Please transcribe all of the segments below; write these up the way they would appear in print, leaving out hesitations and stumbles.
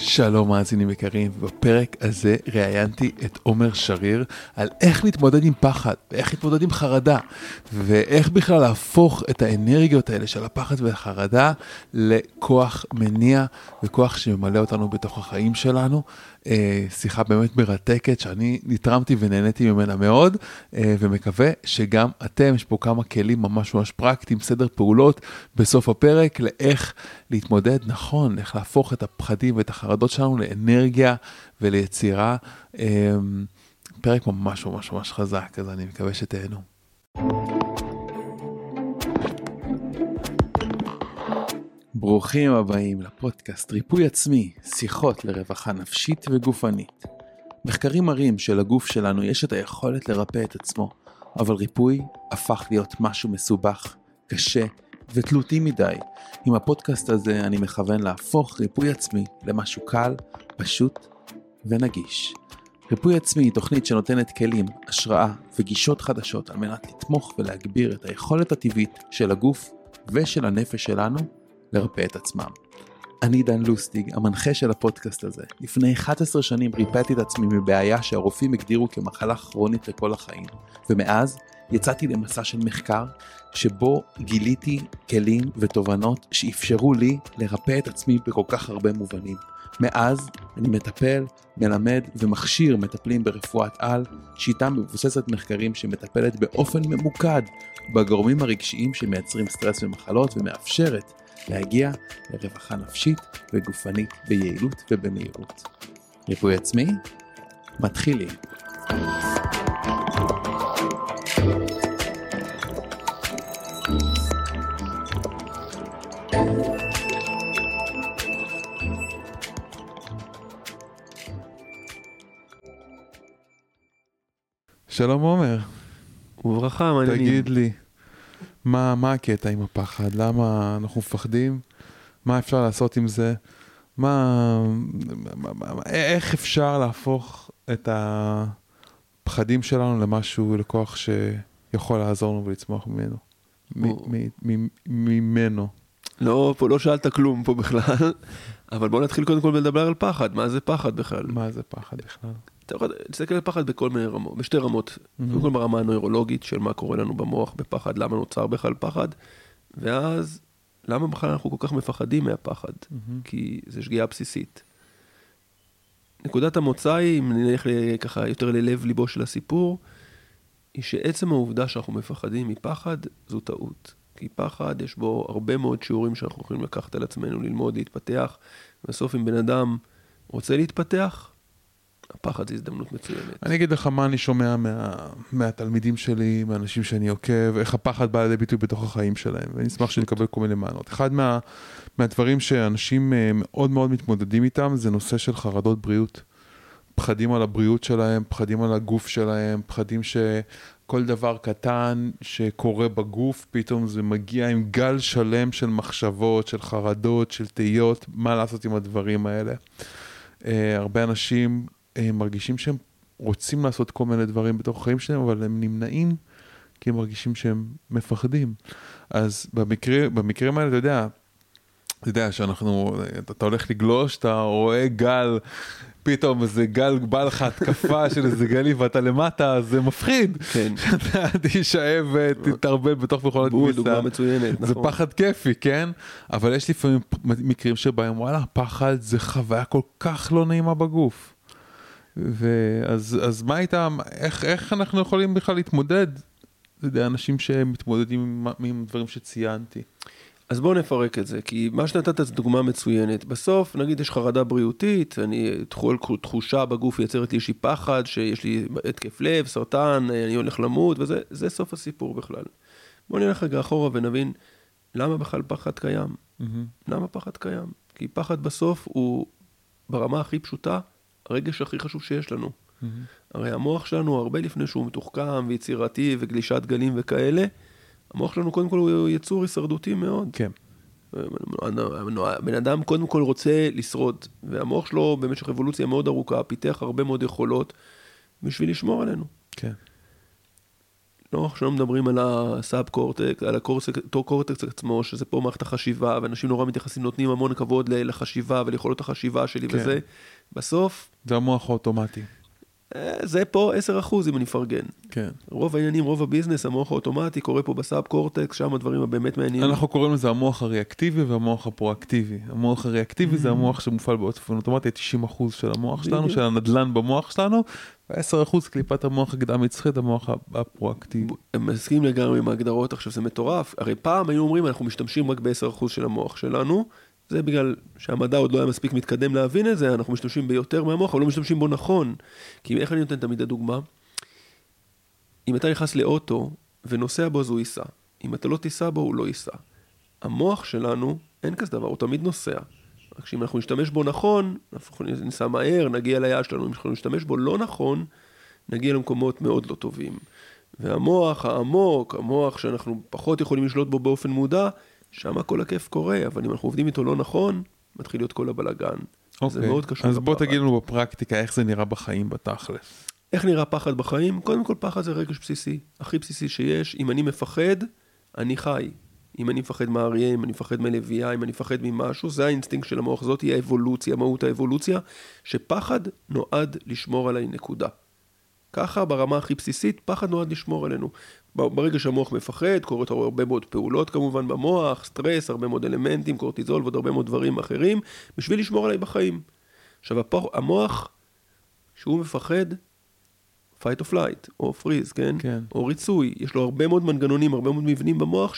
שלום מאזינים יקרים, בפרק הזה ראיינתי את עומר שריר על איך להתמודד עם פחד, ואיך להתמודד עם חרדה, ואיך בכלל להפוך את האנרגיות האלה של הפחד והחרדה לכוח מניע וכוח שממלא אותנו בתוך החיים שלנו. שיחה באמת מרתקת שאני נתרמתי ונהניתי ממנה מאוד, ומקווה שגם אתם, יש פה כמה כלים ממש פרקטיים, סדר פעולות בסוף הפרק לאיך להתמודד נכון, איך להפוך את הפחדים ואת החרדות שלנו לאנרגיה וליצירה. פרק ממש חזק, אז אני מקווה שתהנו. ברוכים הבאים לפודקאסט ריפוי עצמי, שיחות לרווחה נפשית וגופנית. מחקרים מראים שלגוף שלנו יש את היכולת לרפא את עצמו, אבל ריפוי הפך להיות משהו מסובך, קשה ותלותי מדי. עם הפודקאסט הזה אני מכוון להפוך ריפוי עצמי למשהו קל, פשוט ונגיש. ריפוי עצמי היא תוכנית שנותנת כלים, השראה וגישות חדשות על מנת לתמוך ולהגביר את היכולת הטבעית של הגוף ושל הנפש שלנו לרפא את עצמם. אני דן לוסטיג, המנחה של הפודקאסט הזה. לפני 11 שנים ריפאתי את עצמי מבעיה שהרופאים הגדירו כמחלה כרונית לכל החיים. ומאז יצאתי למסע של מחקר שבו גיליתי כלים ותובנות שאפשרו לי לרפא את עצמי בכל כך הרבה מובנים. מאז אני מטפל, מלמד ומכשיר מטפלים ברפואת על, שיטה מבוססת מחקרים שמטפלת באופן ממוקד בגורמים הרגשיים שמייצרים סטרס ומחלות ומאפשרת להגיע לרווחה נפשית וגופנית ביעילות ובמהירות. ריפוי עצמי? מתחילים. שלום עומר. וברכה, מה העניינים? תגיד לי, מה הקטע עם הפחד? למה אנחנו מפחדים? מה אפשר לעשות עם זה? איך אפשר להפוך את הפחדים שלנו למשהו, לכוח שיכול לעזור לנו ולצמוח ממנו? לא, פה לא שאלת כלום פה בכלל, אבל בוא נתחיל קודם כל לדבר על פחד. מה זה פחד בכלל? מה זה פחד בכלל? אתה יכול להסתכל על פחד בכל מיני רמות, בשתי רמות. קודם כל ברמה הנוירולוגית של מה קורה לנו במוח בפחד, למה נוצר בכלל פחד, ואז למה בכלל אנחנו כל כך מפחדים מהפחד? כי זה שגיאה בסיסית. נקודת המוצא היא, אם נלך ככה יותר ללב ליבו של הסיפור, היא שעצם העובדה שאנחנו מפחדים מפחד זו טעות. כי פחד יש בו הרבה מאוד שיעורים שאנחנו יכולים לקחת על עצמנו, ללמוד, להתפתח. בסוף אם בן אדם רוצה להתפתח, הפחד זה הזדמנות מצוינת. אני אגיד לך מה אני שומע מהתלמידים שלי, מהאנשים שאני עוקב, איך הפחד בא לידי ביטוי בתוך החיים שלהם, ואני אשמח שנקבל כל מיני מענות. אחד מהדברים שאנשים מאוד מאוד מתמודדים איתם, זה נושא של חרדות בריאות. פחדים על הבריאות שלהם, פחדים על הגוף שלהם, פחדים שכל דבר קטן שקורה בגוף, פתאום זה מגיע עם גל שלם של מחשבות, של חרדות, של תהיות, מה לעשות עם הדברים האלה. הרבה אנשים מרגישים שהם רוצים לעשות כל מיני דברים בתוך החיים שלהם, אבל הם נמנעים כי הם מרגישים שהם מפחדים. אז במקרים האלה, אתה יודע שאנחנו, אתה הולך לגלוש, אתה רואה גל, פתאום איזה גל, בא לך התקפה של איזה גלי ואתה למטה, זה מפחיד. כן. שאתה תשאב ותתרבל בתוך מכונת כביסה. דוגמה מצוינת, נכון. זה פחד כיפי, כן? אבל יש לפעמים מקרים שבהם, וואלה, פחד זה חוויה כל כך לא נעימה בגוף. אז מה איתם, איך אנחנו יכולים בכלל להתמודד? זה די אנשים שמתמודדים עם דברים שציינתי. אז בואו נפרק את זה, כי מה שנתת זה דוגמה מצוינת. בסוף, נגיד, יש חרדה בריאותית, תחושה בגוף יצרת לי איזושהי פחד, שיש לי התקף לב, סרטן, אני הולך למות, וזה סוף הסיפור בכלל. בואו נלך רגע אחורה ונבין למה בכלל פחד קיים. למה פחד קיים? כי פחד בסוף הוא, ברמה הכי פשוטה, הרגש הכי חשוב שיש לנו. הרי המוח שלנו, הרבה לפני שהוא מתוחכם ויצירתי וגלישת גלים וכאלה, המוח שלנו קודם כל הוא יצור הישרדותי מאוד. כן. בן אדם קודם כל רוצה לשרוד, והמוח שלו במשך אבולוציה מאוד ארוכה, פיתח הרבה מאוד יכולות בשביל לשמור עלינו. כן. לא, עכשיו מדברים על הסאב קורטקס, על הקורטקס עצמו, שזה פה מערכת החשיבה, ואנשים נורא מתייחסים, נותנים המון כבוד לחשיבה וליכולות החשיבה שלי וזה. בסוף... זה המוח האוטומטי. זה פה 10% אם אני פרגן. כן. רוב העניינים, רוב הביזנס, המוח האוטומטי, קורה פה בסאב קורטקס, שם הדברים הבאמת מעניינים. אנחנו קוראים לזה המוח הריאקטיבי והמוח הפרואקטיבי. המוח הריאקטיבי זה המוח שמופעל באופן אוטומטי, 90% של המוח שלנו, של הנדלן במוח שלנו, ו10% קליפת המוח הקדם מצחית, המוח הפרואקטיבי. הם מסכים לגמרי עם ההגדרות, עכשיו זה מטורף. הרי פעם היו אומרים, אנחנו משתמשים רק ב10% של המוח שלנו, זה בגלל שהמדע עוד לא היה מספיק מתקדם להבין את זה, אנחנו משתמשים ביותר מהמוח, אבל לא משתמשים בו נכון. כי איך אני נותן תמיד הדוגמה? אם אתה נכנס לאוטו ונוסע בו, אז הוא ייסע. אם אתה לא תיסע בו, הוא לא ייסע. המוח שלנו, אין כזה דבר, הוא תמיד נוסע. רק שאם אנחנו נשתמש בו נכון, אנחנו ניסע מהר, נגיע ליעד שלנו. אם אנחנו נשתמש בו לא נכון, נגיע למקומות מאוד לא טובים. והמוח העמוק, המוח שאנחנו פחות יכולים לשלוט בו באופן מודע, שם כל הכיף קורה, אבל אם אנחנו עובדים איתו לא נכון, מתחיל להיות כל הבלגן. זה מאוד קשור. אז בוא תגיד לנו בפרקטיקה, איך זה נראה בחיים בתכלס. איך נראה פחד בחיים? קודם כל פחד זה רגש בסיסי, הכי בסיסי שיש. אם אני מפחד, אני חי. אם אני מפחד מהאריה, אם אני מפחד מלוויה, אם אני מפחד ממשהו, זה האינסטינקט של המוח, זאת היא האבולוציה, מהות האבולוציה, שפחד נועד לשמור עליי, נקודה. ככה ברמה הכי בסיסית, פחד נועד לשמור עלינו. ברגע שהמוח מפחד, קורות הרבה מאוד פעולות כמובן במוח, סטרס, הרבה מאוד אלמנטים, קורטיזול ועוד הרבה מאוד דברים אחרים, בשביל לשמור עליי בחיים. עכשיו, המוח, שהוא מפחד, fight or flight, או freeze, כן? כן. או ריצוי. יש לו הרבה מאוד מנגנונים, הרבה מאוד מבנים במוח,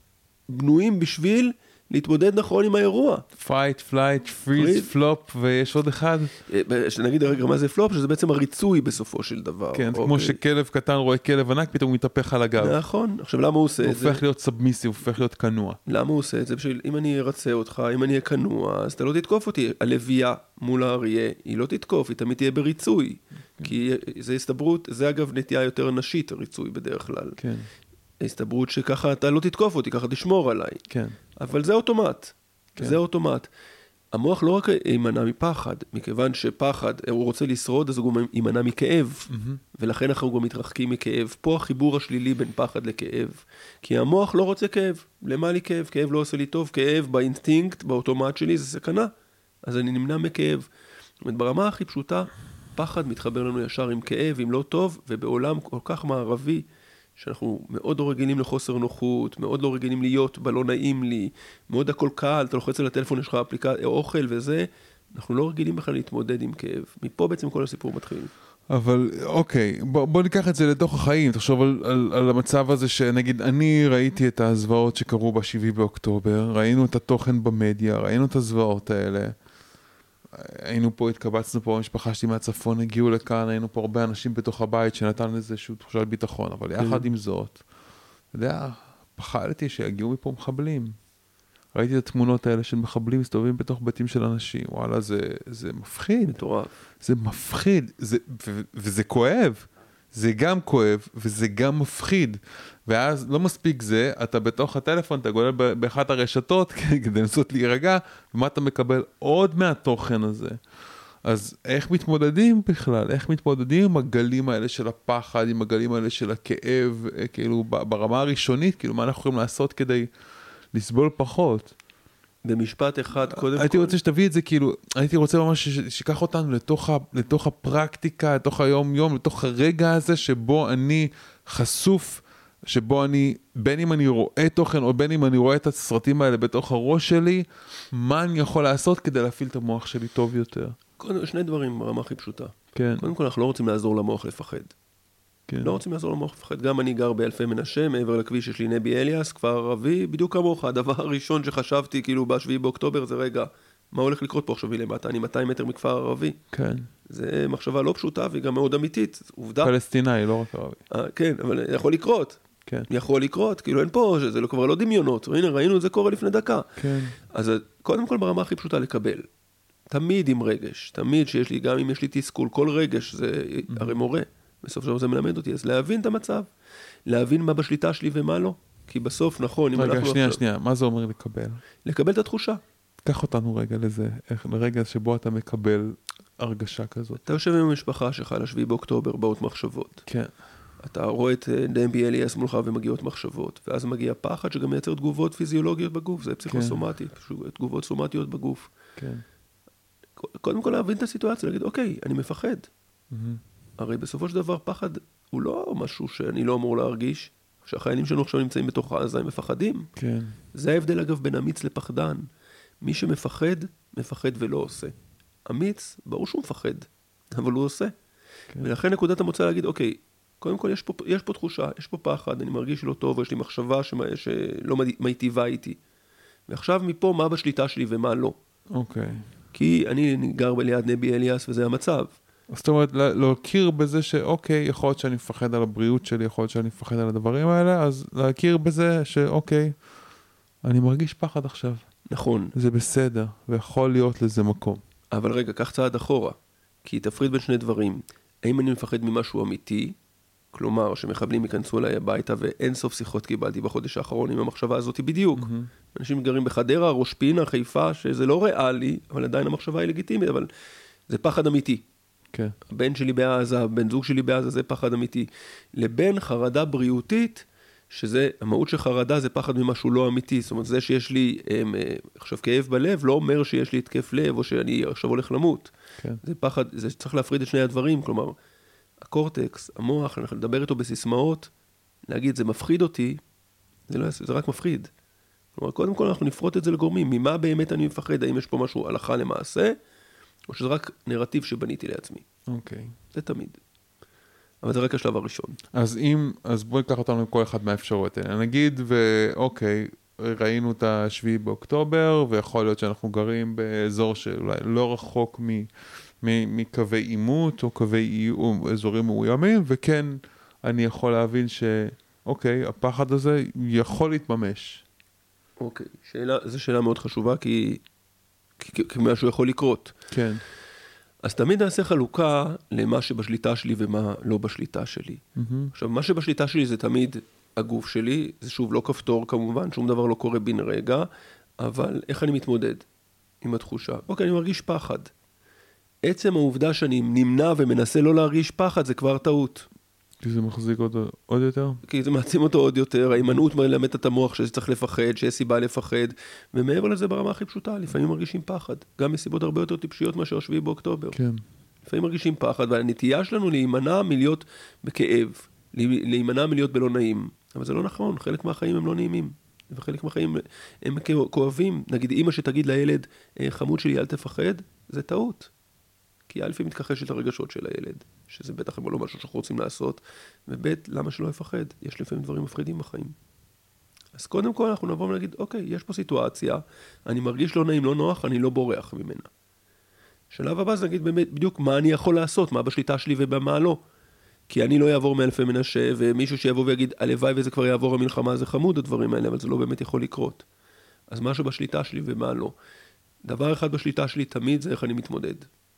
שבנויים בשביל להתמודד נכון עם האירוע. fight, flight, freeze, flop, ויש עוד אחד. נגיד רגע מה זה פלופ, שזה בעצם הריצוי בסופו של דבר. כן, כמו שכלב קטן רואה כלב ענק, פתאום הוא מתהפך על הגב. נכון. עכשיו למה הוא עושה את זה? הוא הופך להיות סאבמיסיב, הוא הופך להיות כנוע. למה הוא עושה את זה? בשביל אם אני ארצה אותך, אם אני אהיה כנוע, אז אתה לא תתקוף אותי. הלוויה מול האריה, היא לא תתקוף, היא תמיד תהיה בריצוי. כי זה הסתברות, זה אגב נטייה יותר נשית, הריצוי בדרך כלל. כן. ההסתברות שככה אתה לא תתקוף אותי, ככה תשמור עליי. כן. אבל זה אוטומט. כן. זה אוטומט. המוח לא רק יימנע מפחד, מכיוון שפחד, הוא רוצה לשרוד, אז הוא גם יימנע מכאב. ולכן אנחנו גם מתרחקים מכאב. פה החיבור השלילי בין פחד לכאב. כי המוח לא רוצה כאב. למה לי כאב? כאב לא עושה לי טוב. כאב באינסטינקט, באוטומט שלי, זה סכנה. אז אני נמנע מכאב. זאת אומרת, ברמה הכי פשוטה, פחד מתחבר לנו ישר עם כאב, עם לא טוב, ובעולם כל כך מערבי, שאנחנו מאוד לא רגילים לחוסר נוחות, מאוד לא רגילים להיות בלא נעים לי, מאוד הכל קל, אתה לוחץ על הטלפון, יש לך אפליקציה, אוכל וזה, אנחנו לא רגילים בכלל להתמודד עם כאב. מפה בעצם כל הסיפור מתחיל. אבל אוקיי, בוא ניקח את זה לתוך החיים, תחשוב על המצב הזה שנגיד, אני ראיתי את הזוועות שקרו ב7 באוקטובר, ראינו את התוכן במדיה, ראינו את הזוועות האלה, היינו פה, התקבצנו פה, המשפחה שלי מהצפון הגיעו לכאן, היינו פה הרבה אנשים בתוך הבית שנתן איזשהו תחושת ביטחון, אבל יחד עם זאת, אתה יודע, פחדתי שיגיעו מפה מחבלים. ראיתי את התמונות האלה של מחבלים מסתובבים בתוך בתים של אנשים, וואלה, זה מפחיד. מטורף. זה מפחיד, וזה כואב. זה גם כואב, וזה גם מפחיד. ואז לא מספיק זה, אתה בתוך הטלפון, אתה גולל באחת הרשתות, כדי לנסות להירגע, ומה אתה מקבל עוד מהתוכן הזה. אז איך מתמודדים בכלל? איך מתמודדים עם הגלים האלה של הפחד, עם הגלים האלה של הכאב, כאילו ברמה הראשונית, כאילו מה אנחנו יכולים לעשות כדי לסבול פחות? במשפט אחד קודם כל. הייתי רוצה שתביא את זה, כאילו, הייתי רוצה ממש שיקח אותנו לתוך הפרקטיקה, לתוך היום-יום, לתוך הרגע הזה שבו אני חשוף, שבו אני, בין אם אני רואה תוכן, או בין אם אני רואה את הסרטים האלה בתוך הראש שלי, מה אני יכול לעשות כדי להפעיל את המוח שלי טוב יותר? שני דברים ברמה הכי פשוטה. כן. קודם כל, אנחנו לא רוצים לעזור למוח לפחד. כן. לא רוצים לעזור למוח לפחד. גם אני גר באלפי מנשה, מעבר לכביש יש לי נבי אליאס, כפר ערבי, בדיוק כמוך. הדבר הראשון שחשבתי, כאילו, ב7 באוקטובר, זה רגע, מה הולך לקרות פה עכשיו למטה? אני 200 מטר מכפר ערבי. כן. זה מחשבה לא פשוטה, והיא גם מאוד אמיתית. עובדה. פלסטיני, לא רק ערבי. כן, אבל יכול לקרות. כן. יכול לקרות, כאילו אין פה, זה כבר לא דמיונות. הנה, ראינו את זה קורה לפני דקה. כן. אז קודם כל ברמה הכי פשוטה לקבל. תמיד עם רגש, תמיד שיש לי, גם אם יש לי תסכול, כל רגש זה הרי מורה. בסוף שלנו זה מלמד אותי, אז להבין את המצב, להבין מה בשליטה שלי ומה לא. כי בסוף, נכון, אם אנחנו... רגע, שנייה, מה זה אומר לקבל? לקבל את התחושה. קח אותנו רגע לזה, לרגע שבו אתה מקבל הרגשה כזאת. אתה יושב עם המשפחה שלך ל7 באוקטובר, באות מחשבות. כן. אתה רואה את נבי אליאס מולך ומגיעות מחשבות, ואז מגיע פחד שגם מייצר תגובות פיזיולוגיות בגוף, זה פסיכוסומטי, תגובות סומטיות בגוף. כן. קודם כל להבין את הסיטואציה, להגיד, אוקיי, אני מפחד. הרי בסופו של דבר פחד הוא לא משהו שאני לא אמור להרגיש, שהחיילים שלנו עכשיו נמצאים בתוך עזה, הם מפחדים. כן. זה ההבדל אגב בין אמיץ לפחדן. מי שמפחד, מפחד ולא עושה. אמיץ, ברור שהוא מפחד, אבל הוא עושה. כן. ולכן נקודת המוצא להגיד, אוקיי, קודם כל יש פה תחושה, יש פה פחד, אני מרגיש לא טוב, יש לי מחשבה שלא מיטיבה איתי. ועכשיו מפה מה בשליטה שלי ומה לא. אוקיי. כי אני גר ליד נבי אליאס וזה המצב. זאת אומרת, להכיר בזה שאוקיי, יכול להיות שאני מפחד על הבריאות שלי, יכול להיות שאני מפחד על הדברים האלה, אז להכיר בזה שאוקיי, אני מרגיש פחד עכשיו. נכון. זה בסדר, ויכול להיות לזה מקום. אבל רגע, קח צעד אחורה, כי תפריד בין שני דברים. האם אני מפחד ממשהו אמיתי? כלומר, שמחבלים ייכנסו אליי הביתה, ואין סוף שיחות קיבלתי בחודש האחרון עם המחשבה הזאת בדיוק. אנשים גרים בחדרה, ראש פינה, חיפה, שזה לא ריאלי, אבל עדיין המחשבה היא לגיטימית, אבל זה פחד אמיתי. כן. הבן שלי בעזה, הבן זוג שלי בעזה, זה פחד אמיתי. לבין חרדה בריאותית, שזה, המהות של חרדה זה פחד ממשהו לא אמיתי. זאת אומרת, זה שיש לי עכשיו כאב בלב, לא אומר שיש לי התקף לב, או שאני עכשיו הולך למות. כן. זה פחד, זה צריך להפריד את שני הדברים, כלומר, הקורטקס, המוח, אנחנו לדבר איתו בסיסמאות, להגיד, זה מפחיד אותי, זה רק מפחיד. כלומר, קודם כל אנחנו נפרוט את זה לגורמים, ממה באמת אני מפחד, האם יש פה משהו הלכה למעשה, או שזה רק נרטיב שבניתי לעצמי. אוקיי. זה תמיד. אבל זה רק השלב הראשון. אז בואי ניקח אותנו כל אחד מהאפשרויות האלה. נגיד, ואוקיי, ראינו את ה7 באוקטובר, ויכול להיות שאנחנו גרים באזור שאולי לא רחוק מקווי עימות, או קווי אזורים מאוימים, וכן, אני יכול להבין שאוקיי, הפחד הזה יכול להתממש. אוקיי, זו שאלה מאוד חשובה, כי משהו יכול לקרות. כן. אז תמיד נעשה חלוקה למה שבשליטה שלי ומה לא בשליטה שלי. עכשיו, מה שבשליטה שלי זה תמיד הגוף שלי, זה שוב לא כפתור כמובן, שום דבר לא קורה בן רגע, אבל איך אני מתמודד עם התחושה? אוקיי, אני מרגיש פחד. עצם העובדה שאני נמנע ומנסה לא להרגיש פחד, זה כבר טעות. כי זה מחזיק עוד יותר? כי זה מעצים אותו עוד יותר, ההימנעות מלמדת את המוח שזה צריך לפחד, שיש סיבה לפחד, ומעבר לזה ברמה הכי פשוטה, לפעמים מרגישים פחד, גם מסיבות הרבה יותר טיפשיות מאשר 7 באוקטובר. כן. לפעמים מרגישים פחד, והנטייה שלנו להימנע מלהיות בכאב, להימנע מלהיות בלא נעים, אבל זה לא נכון, חלק מהחיים הם לא נעימים, וחלק מהחיים הם כואבים, נגיד אמא שתגיד לילד, חמוד שלי אל תפחד, זה טעות. כי אלפי מתכחש את הרגשות של הילד, שזה בטח לא משהו שאנחנו רוצים לעשות, ובית, למה שלא יפחד? יש לפעמים דברים מפחידים בחיים. אז קודם כל אנחנו נבוא ונגיד, אוקיי, יש פה סיטואציה, אני מרגיש לא נעים, לא נוח, אני לא בורח ממנה. שלב הבא זה נגיד באמת בדיוק מה אני יכול לעשות, מה בשליטה שלי ובמה לא. כי אני לא יעבור מאלפי מנשה, ומישהו שיבוא ויגיד, הלוואי וזה כבר יעבור המלחמה, זה חמוד הדברים האלה, אבל זה לא באמת יכול לקרות. אז משהו בשליטה שלי ומה לא. דבר אחד בשליטה שלי תמיד זה איך אני מתמודד.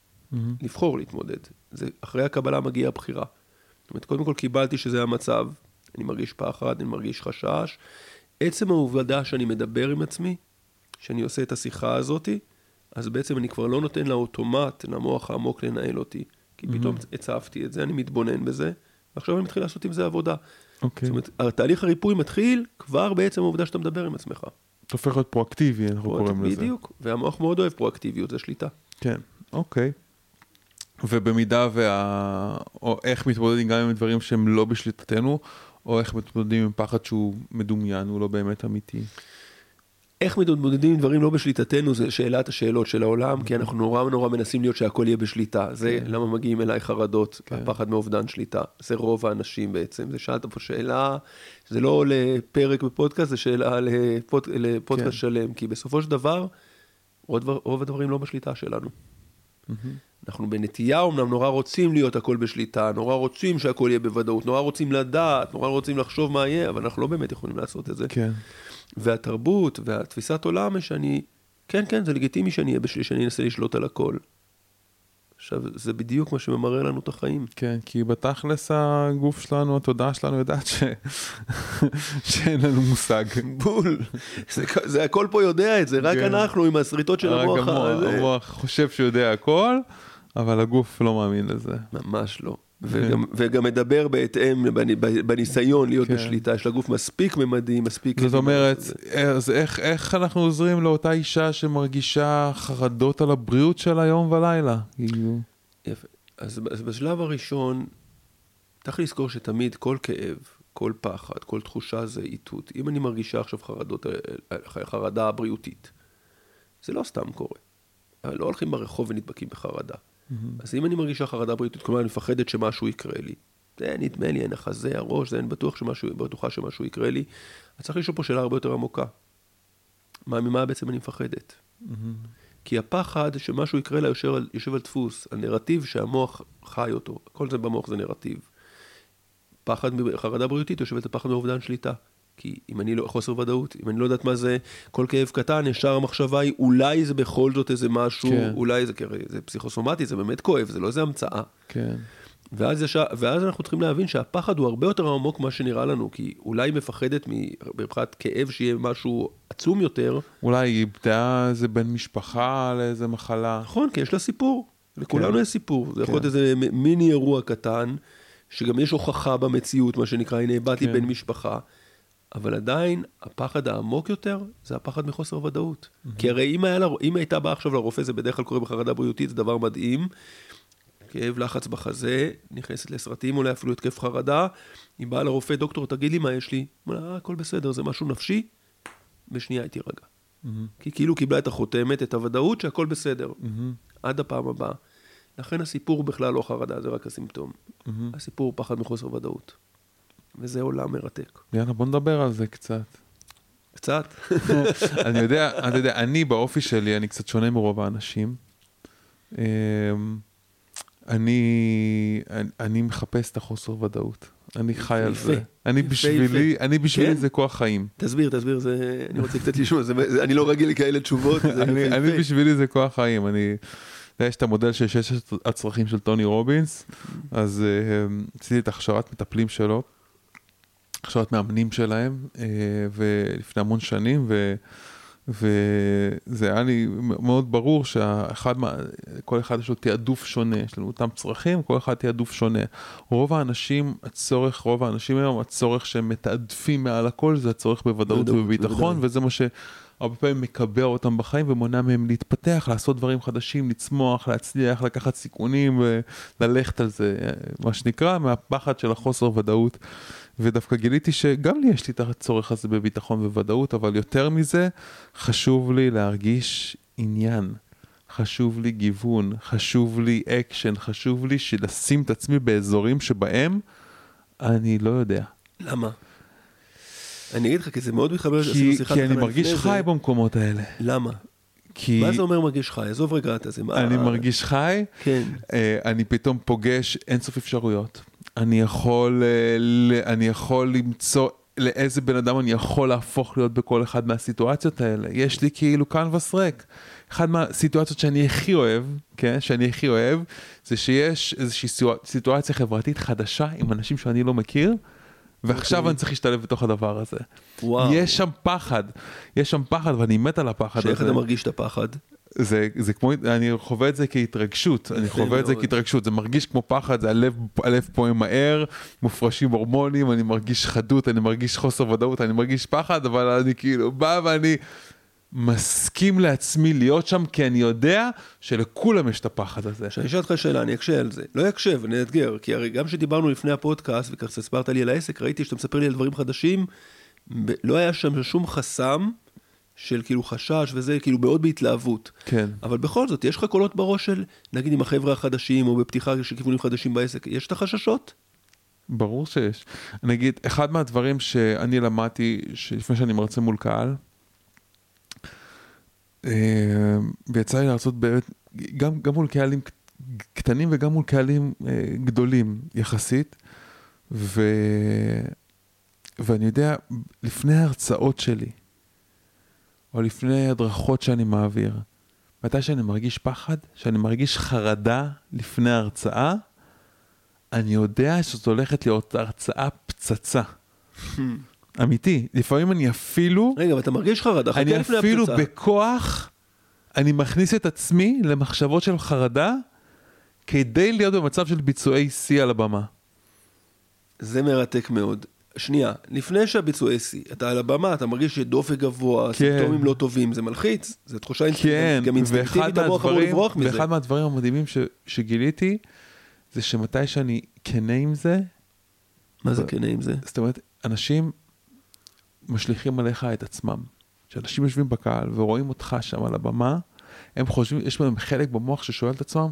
לבחור להתמודד. זה, אחרי הקבלה מגיעה הבחירה. זאת אומרת, קודם כל קיבלתי שזה המצב, אני מרגיש פחד, אני מרגיש חשש. עצם העובדה שאני מדבר עם עצמי, שאני עושה את השיחה הזאת, אז בעצם אני כבר לא נותן לאוטומט, למוח העמוק לנהל אותי. כי פתאום הצפתי את זה, אני מתבונן בזה, ועכשיו אני מתחיל לעשות עם זה עבודה. אוקיי. זאת אומרת, התהליך הריפוי מתחיל כבר בעצם העובדה שאתה מדבר עם עצמך. אתה הופך להיות פרואקטיבי, אנחנו קוראים לזה. בדיוק, והמוח מאוד אוהב פרואקטיביות, זה שליטה. כן, אוקיי. ובמידה או איך מתמודדים גם עם דברים שהם לא בשליטתנו, או איך מתמודדים עם פחד שהוא מדומיין, הוא לא באמת אמיתי. איך מתמודדים עם דברים לא בשליטתנו, זה שאלת השאלות של העולם, כי אנחנו נורא מנסים להיות שהכל יהיה בשליטה. זה למה מגיעים אליי חרדות, הפחד מאובדן שליטה. זה רוב האנשים בעצם. זה שאלת פה שאלה, זה לא לפרק בפודקאסט, זה שאלה לפודקאסט שלם, כי בסופו של דבר, רוב הדברים לא בשליטה שלנו. אנחנו בנטייה אומנם נורא רוצים להיות הכל בשליטה, נורא רוצים שהכל יהיה בוודאות, נורא רוצים לדעת, נורא רוצים לחשוב מה יהיה, אבל אנחנו לא באמת יכולים לעשות את זה. כן. והתרבות והתפיסת עולם שאני, כן, זה לגיטימי שאני אנסה לשלוט על הכל. עכשיו, זה בדיוק מה שממרר לנו את החיים. כן, כי בתכלס הגוף שלנו, התודעה שלנו יודעת שאין לנו מושג. בול. זה הכל פה יודע את זה, רק אנחנו עם הסריטות של המוח. המוח חושב שיודע הכל, אבל הגוף לא מאמין לזה. ממש לא. וגם מדבר בהתאם בניסיון להיות בשליטה, יש לגוף מספיק ממדים, מספיק... זאת אומרת, אז איך אנחנו עוזרים לאותה אישה שמרגישה חרדות על הבריאות שלה יום ולילה? יפה. אז בשלב הראשון, צריך לזכור שתמיד כל כאב, כל פחד, כל תחושה זה איתות. אם אני מרגישה עכשיו חרדה בריאותית, זה לא סתם קורה. לא הולכים ברחוב ונדבקים בחרדה. אז אם אני מרגישה חרדה בריאותית, כלומר אני מפחדת שמשהו יקרה לי, זה נדמה לי, אין החזה, הראש, זה אין בטוחה שמשהו יקרה לי, אז צריך לשאול פה שאלה הרבה יותר עמוקה. ממה בעצם אני מפחדת? כי הפחד שמשהו יקרה לה יושב על דפוס, הנרטיב שהמוח חי אותו, כל זה במוח זה נרטיב. פחד חרדה בריאותית יושבת הפחד מאובדן שליטה. כי אם אני לא, חוסר ודאות, אם אני לא יודעת מה זה, כל כאב קטן, ישר המחשבה היא, אולי זה בכל זאת איזה משהו, כן. אולי זה פסיכוסומטי, זה באמת כואב, זה לא איזה המצאה. כן. ואז אנחנו צריכים להבין שהפחד הוא הרבה יותר עמוק מה שנראה לנו, כי אולי מפחדת מבחינת כאב שיהיה משהו עצום יותר. אולי היא איבדה איזה בן משפחה לאיזה מחלה. נכון, כי יש לה סיפור, לכולנו יש סיפור. זה יכול להיות איזה מיני אירוע קטן, שגם יש הוכחה במציאות, מה שנקרא, הנה, באתי בן משפחה. אבל עדיין, הפחד העמוק יותר, זה הפחד מחוסר ודאות. כי הרי אם הייתה באה עכשיו לרופא, זה בדרך כלל קורה בחרדה בריאותית, זה דבר מדהים. כאב לחץ בחזה, נכנסת לסרטים, אולי אפילו התקף חרדה. היא באה לרופא, דוקטור, תגיד לי מה יש לי. אמרה, הכל בסדר, זה משהו נפשי. בשנייה הייתי רגע. כי כאילו קיבלה את החותמת, את הוודאות שהכל בסדר. עד הפעם הבאה. לכן הסיפור בכלל לא חרדה, זה רק הסימפטום. הסיפור הוא פחד מחוסר ודאות. וזה עולם מרתק. יאללה, בוא נדבר על זה קצת. קצת? אני יודע, אני באופי שלי, אני קצת שונה מרוב האנשים. אני מחפש את החוסר ודאות. אני חי על זה. אני בשבילי זה כוח חיים. תסביר, אני רוצה קצת לשמוע, אני לא רגיל לכאלה תשובות. אני בשבילי זה כוח חיים. יש את המודל של 6 הצרכים של טוני רובינס, אז עשיתי את הכשרת מטפלים שלו, הכשרת מאמנים שלהם, ולפני המון שנים, וזה היה לי מאוד ברור כל אחד יש לו תעדוף שונה, יש לנו אותם צרכים, כל אחד תעדוף שונה. רוב האנשים היום, הצורך שהם מתעדפים מעל הכל, זה הצורך בוודאות ובביטחון, וזה מה הרבה פעמים מקבע אותם בחיים ומונע מהם להתפתח, לעשות דברים חדשים, לצמוח, להצליח, לקחת סיכונים וללכת על זה, מה שנקרא, מהפחד של החוסר ודאות. ודווקא גיליתי שגם לי יש לי את הצורך הזה בביטחון וודאות, אבל יותר מזה, חשוב לי להרגיש עניין, חשוב לי גיוון, חשוב לי אקשן, חשוב לי לשים את עצמי באזורים שבהם אני לא יודע. למה? אני אגיד לך, כי זה מאוד מתחבר... כי אני מרגיש חי במקומות האלה. למה? מה זה אומר מרגיש חי? עזוב רגע את זה. אני מרגיש חי, אני פתאום פוגש אינסוף אפשרויות. אני יכול למצוא לאיזה בן אדם אני יכול להפוך להיות בכל אחד מהסיטואציות האלה. יש לי כאילו קנבס ריק. אחד מהסיטואציות שאני הכי אוהב, כן, זה שיש איזושהי סיטואציה חברתית חדשה עם אנשים שאני לא מכיר, ועכשיו אני צריך להשתלב בתוך הדבר הזה. יש שם פחד, ואני מת על הפחד הזה. שאיך אתה מרגיש את הפחד? זה כמו, אני חווה את זה כהתרגשות, זה מרגיש כמו פחד, זה הלב פועם מהר, מופרשים הורמונים, אני מרגיש חדות, אני מרגיש חוסר ודאות, אני מרגיש פחד, אבל אני כאילו בא ואני מסכים לעצמי להיות שם, כי אני יודע שלכולם יש את הפחד הזה. שאני אשאל אותך שאלה, אני אקשה על זה. לא יקשב, אני אתגר, כי הרי גם שדיברנו לפני הפודקאסט, וכך ספרת לי על העסק, ראיתי שאתה מספר לי על דברים חדשים, לא היה שם שום חסם, של כאילו חשש וזה, כאילו מאוד בהתלהבות. כן. אבל בכל זאת, יש לך קולות בראש של, נגיד עם החבר'ה החדשים, או בפתיחה של כיוונים חדשים בעסק, יש את החששות? ברור שיש. נגיד, אחד מהדברים שאני למדתי, לפני שאני מרצה מול קהל, ויצא לי להרצות באמת, גם מול קהלים קטנים, וגם מול קהלים גדולים יחסית, ואני יודע, לפני ההרצאות שלי, או לפני הדרכות שאני מעביר, מתי שאני מרגיש פחד, שאני מרגיש חרדה לפני ההרצאה, אני יודע שזאת הולכת להיות הרצאה פצצה. אמיתי. לפעמים אני אפילו... רגע, אבל אתה מרגיש חרדה, חכה לפני הפצצה. אני אפילו בכוח, אני מכניס את עצמי למחשבות של חרדה, כדי להיות במצב של ביצועי C על הבמה. זה מרתק מאוד. שנייה, לפני שהביצועי C, אתה על הבמה, אתה מרגיש שדופק גבוה, סימפטומים לא טובים, זה מלחיץ, זה תחושה גם אינסטינקטיבית, המוח אמור לברוח מזה. ואחד מהדברים המדהימים שגיליתי, זה שמתי שאני כנה עם זה, מה זה כנה עם זה? זאת אומרת, אנשים משליכים עליך את עצמם. שאנשים יושבים בקהל ורואים אותך שם על הבמה, הם חושבים, יש בהם חלק במוח ששואל את עצמם,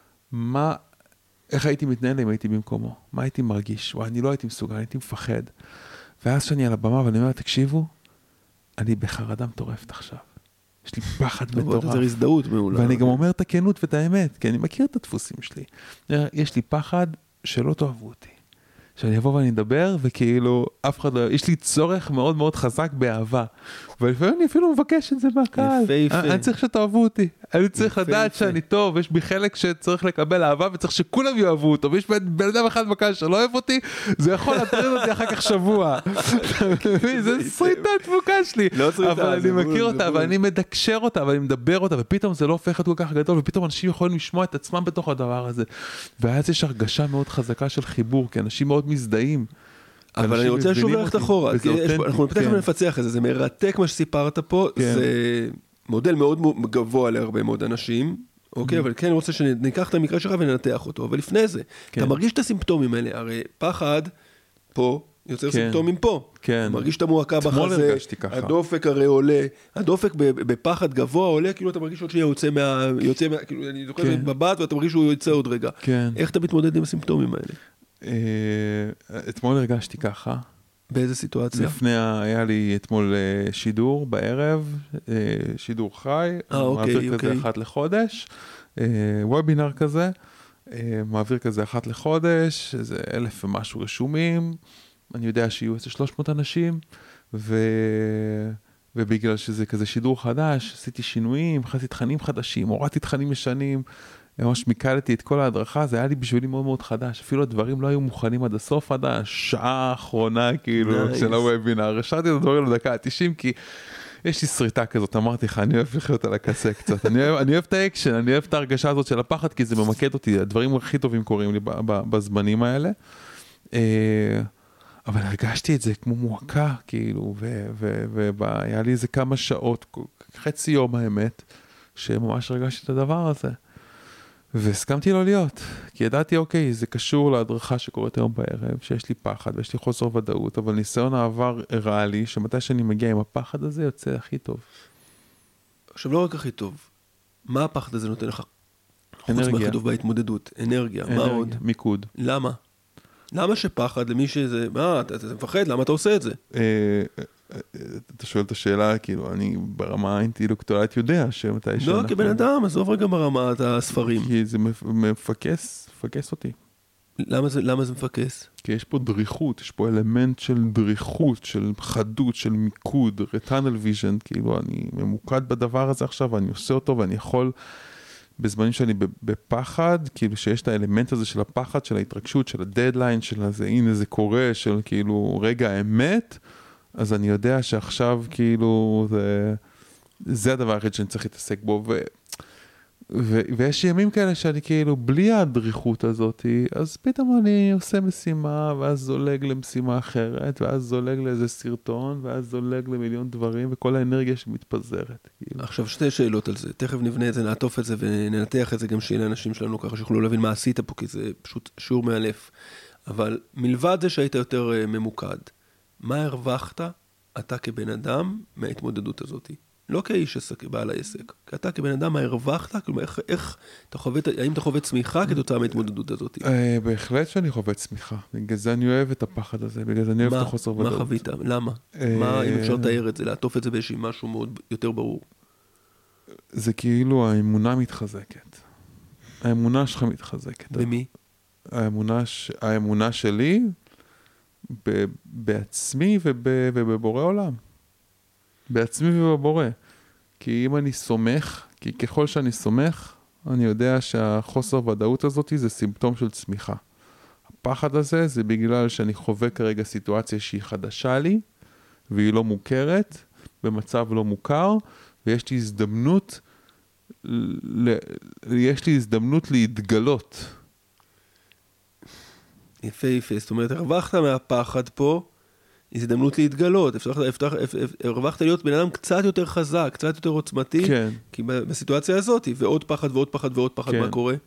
איך הייתי מתנהל אם הייתי במקומו? מה הייתי מרגיש? אני לא הייתי מסוגל, הייתי מפחד. ואז שאני על הבמה ואני אומר, תקשיבו, אני בחרדה מטורפת עכשיו. יש לי פחד מטורף. זה הזדהות מעולה. ואני גם אומר את הכנות ואת האמת, כי אני מכיר את הדפוסים שלי. יש לי פחד שלא תאהבו אותי. שאני אבוא ואני אדבר, וכאילו, אף אחד לא... יש לי צורך מאוד מאוד חזק באהבה. ולפעמים אני אפילו מבקש את זה מהקהל. יפה, יפה. אני צריך שתאהבו אותי. אני צריך לדעת שאני טוב, יש בי חלק שצריך לקבל אהבה, וצריך שכולם יאהבו אותו, ויש בן אדם אחד בקהל שלא אוהב אותי, זה יכול להטריד אותי אחר כך שבוע. זה סריטה תפוקה שלי. אבל אני מכיר אותה, ואני מדקשר אותה, ואני מדבר אותה, ופתאום זה לא הופך כל כך גדול, ופתאום אנשים יכולים לשמוע את עצמם בתוך הדבר הזה. ואז יש הרגשה מאוד חזקה של חיבור, כי אנשים מאוד מזדהים. אבל אני רוצה שוב ללכת אחורה, אנחנו תכף נפצח את זה, זה מרתק מה שסיפרת פה, זה מודל מאוד גבוה להרבה מאוד אנשים, אוקיי, אבל כן אני רוצה שניקח את המקרה שלך וננתח אותו, אבל לפני זה, אתה מרגיש את הסימפטומים האלה, הרי פחד פה יוצר סימפטומים פה, אתה מרגיש את המועקה בחזה, הדופק הרי עולה, הדופק בפחד גבוה עולה, כאילו אתה מרגיש עוד שיהיה יוצא מה, כאילו אני זוכר את מבט ואתה מרגיש שהוא יוצא עוד רגע, איך אתה מתמודד עם הסימפטומים האלה? אתמול הרגשתי ככה. באיזה סיטואציה? היה לי אתמול שידור בערב, שידור חי, מעביר כזה אחת לחודש, וובינר כזה, מעביר כזה אחת לחודש, איזה 1,000 ומשהו רשומים, אני יודע שיהיו איזה 300 אנשים, ובגלל שזה כזה שידור חדש, עשיתי שינויים, הכנסתי תכנים חדשים, הורדתי תכנים ישנים, ממש מיקלתי את כל ההדרכה, זה היה לי בשבילי מאוד מאוד חדש, אפילו הדברים לא היו מוכנים עד הסוף, עד השעה האחרונה כאילו של הוובינר, השארתי את הדברים לדקה ה-90, כי יש לי שריטה כזאת, אמרתי לך, אני אוהב לחיות על הקצה קצת, אני אוהב את האקשן, אני אוהב את ההרגשה הזאת של הפחד, כי זה ממקד אותי, הדברים הכי טובים קורים לי בזמנים האלה, אבל הרגשתי את זה כמו מועקה, כאילו, והיה לי איזה כמה שעות, חצי יום האמת, שממש הרגשתי את הדבר הזה. והסכמתי לא להיות, כי ידעתי, אוקיי, זה קשור להדרכה שקורית היום בערב, שיש לי פחד ויש לי חוסר ודאות, אבל ניסיון העבר הראה לי, שמתי שאני מגיע עם הפחד הזה, יוצא הכי טוב. עכשיו, לא רק הכי טוב, מה הפחד הזה נותן לך? אנרגיה. חוץ מהכי טוב בהתמודדות, אנרגיה, מה עוד? מיקוד. למה? למה שפחד למי שזה, אתה מפחד, למה אתה עושה את זה? אתה שואל את השאלה, כאילו, אני ברמה האינטלקטואלית יודע שמתי שאנחנו... לא, כבן אדם, עזוב רגע ברמת הספרים. כי זה מפקס אותי. למה זה מפקס? כי יש פה דריכות, יש פה אלמנט של דריכות, של חדות, של מיקוד, tunnel vision, כאילו, אני ממוקד בדבר הזה עכשיו, ואני עושה אותו, ואני יכול... בזמנים שאני בפחד, כאילו שיש את האלמנט הזה של הפחד, של ההתרגשות, של הדדליין, של הזה, הנה זה קורה, של כאילו רגע האמת, אז אני יודע שעכשיו כאילו זה הדבר היחיד שאני צריך להתעסק בו, ויש ימים כאלה שאני כאילו בלי הדריכות הזאת, אז פתאום אני עושה משימה, ואז זולג למשימה אחרת, ואז זולג לאיזה סרטון, ואז זולג למיליון דברים, וכל האנרגיה שמתפזרת. כאילו. עכשיו שתי שאלות על זה, תכף נבנה את זה, נעטוף את זה, וננתח את זה גם שיהיה לאנשים שלנו ככה, שיוכלו להבין מה עשית פה, כי זה פשוט שיעור מאלף. אבל מלבד זה שהיית יותר ממוקד, מה הרווחת אתה כבן אדם מההתמודדות הזאת? לא כאיש עסק, בעל העסק. כי אתה כבן אדם, מה הרווחת? כלומר, איך אתה חווה, האם אתה חווה צמיחה כתוצאה מההתמודדות הזאת? בהחלט שאני חווה צמיחה. בגלל זה אני אוהב את הפחד הזה, בגלל זה אני אוהב את החוסר ודאות. מה חווית? למה? מה, אם אפשר לתאר את זה, לעטוף את זה באיזשהו משהו מאוד יותר ברור? זה כאילו האמונה מתחזקת. האמונה שלך מתחזקת. במי? האמונה שלי בעצמי ובבורא עולם. בעצמי ובבורא. כי אם אני סומך, כי ככל שאני סומך, אני יודע שהחוסר ודאות הזאת זה סימפטום של צמיחה. הפחד הזה זה בגלל שאני חווה כרגע סיטואציה שהיא חדשה לי, והיא לא מוכרת, במצב לא מוכר, ויש לי הזדמנות יש לי הזדמנות להתגלות. יפה, יפה. זאת אומרת, הרווחת מהפחד פה, הזדמנות להתגלות. הרווחת להיות בן אדם קצת יותר חזק, קצת יותר עוצמתי. כן. כי בסיטואציה הזאת, ועוד פחד ועוד פחד ועוד פחד, מה קורה?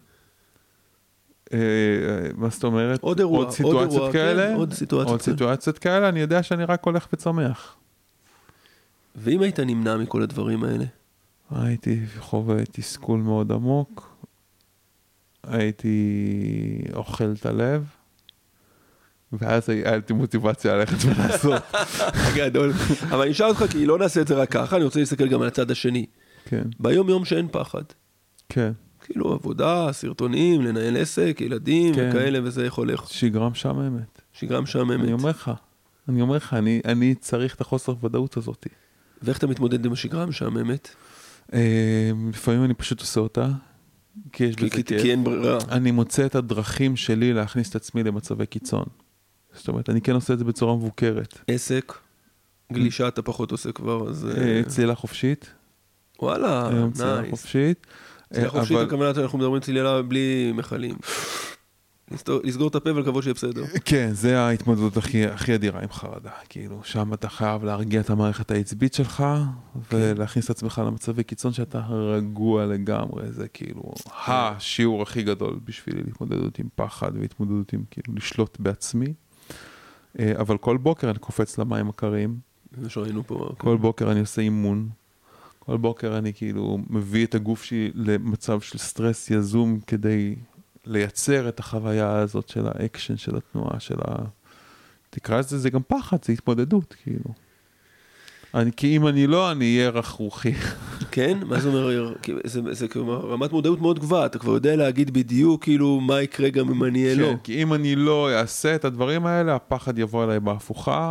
מה זאת אומרת? עוד אירוע, עוד סיטואציות כאלה? עוד סיטואציות כאלה, אני יודע שאני רק הולך וצומח. ואם היית נמנע מכל הדברים האלה? הייתי חווה תסכול מאוד עמוק, הייתי אוכל את הלב, ואז הייתי מוטיבציה ללכת ולעשות. גדול. אבל אני אשאל אותך, כי לא נעשה את זה רק ככה, אני רוצה להסתכל גם על הצד השני. כן. ביום יום שאין פחד. כן. כאילו עבודה, סרטונים, לנהל עסק, ילדים וכאלה, וזה יכול איך. שגרה משעממת. שגרה משעממת. אני אומר לך, אני צריך את החוסר ודאות הזאת. ואיך אתה מתמודד עם השגרה המשעממת? לפעמים אני פשוט עושה אותה, כי יש בזה כיף. כי אין ברירה. אני מוצא את הדרכים שלי להכניס את עצמי למצבי קיצון. זאת אומרת, אני כן עושה את זה בצורה מבוקרת. עסק, גלישה אתה פחות עושה כבר, אז... צלילה חופשית. וואלה, נייס. צלילה חופשית. צלילה חופשית, בכוונה אנחנו מדברים צלילה בלי מחלים. לסגור את הפה ולקוות שיהיה בסדר. כן, זה ההתמודדות הכי אדירה עם חרדה. כאילו, שם אתה חייב להרגיע את המערכת העצבית שלך, ולהכניס את עצמך למצבי קיצון שאתה רגוע לגמרי. זה כאילו השיעור הכי גדול בשבילי להתמודדות עם פחד, והתמודדות עם כאילו לשלוט בעצמי. אבל כל בוקר אני קופץ למים הקרים. זה שראינו פה. כל בוקר אני עושה אימון. כל בוקר אני כאילו מביא את הגוף שלי למצב של סטרס יזום כדי לייצר את החוויה הזאת של האקשן, של התנועה, תקרא לזה, זה גם פחד, זה התמודדות, כאילו. כי אם אני לא, אני אהיה רכרוכי. כן? מה זה אומר? זה כאילו רמת מודעות מאוד גבוהה, אתה כבר יודע להגיד בדיוק כאילו מה יקרה גם אם אני אהיה לא. כי אם אני לא אעשה את הדברים האלה, הפחד יבוא אליי בהפוכה,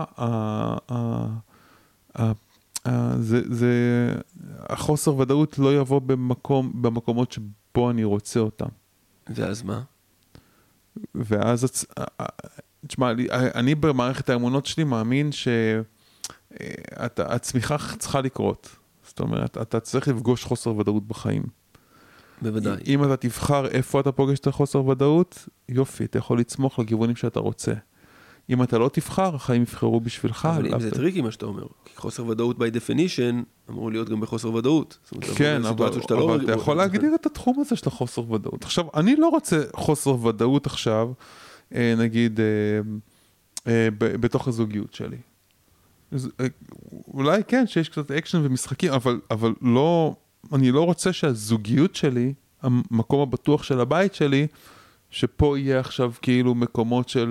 החוסר ודאות לא יבוא במקומות שבו אני רוצה אותם. ואז מה? ואז, תשמע, אני במערכת האמונות שלי מאמין שהצמיחה צריכה לקרות. זאת אומרת, אתה צריך לפגוש חוסר ודאות בחיים. בוודאי. אם אתה תבחר איפה אתה פוגש את החוסר ודאות, יופי, אתה יכול לצמוח לכיוונים שאתה רוצה. אם אתה לא תבחר, החיים יבחרו בשבילך. אבל אם זה טריקי מה שאתה אומר, כי חוסר ודאות by definition אמור להיות גם בחוסר ודאות. כן, אבל אתה יכול להגדיר את התחום הזה של החוסר ודאות. עכשיו, אני לא רוצה חוסר ודאות עכשיו, נגיד, בתוך הזוגיות שלי. אולי כן, שיש קצת אקשן ומשחקים, אבל לא, אני לא רוצה שהזוגיות שלי, המקום הבטוח של הבית שלי, שפה יהיה עכשיו כאילו מקומות של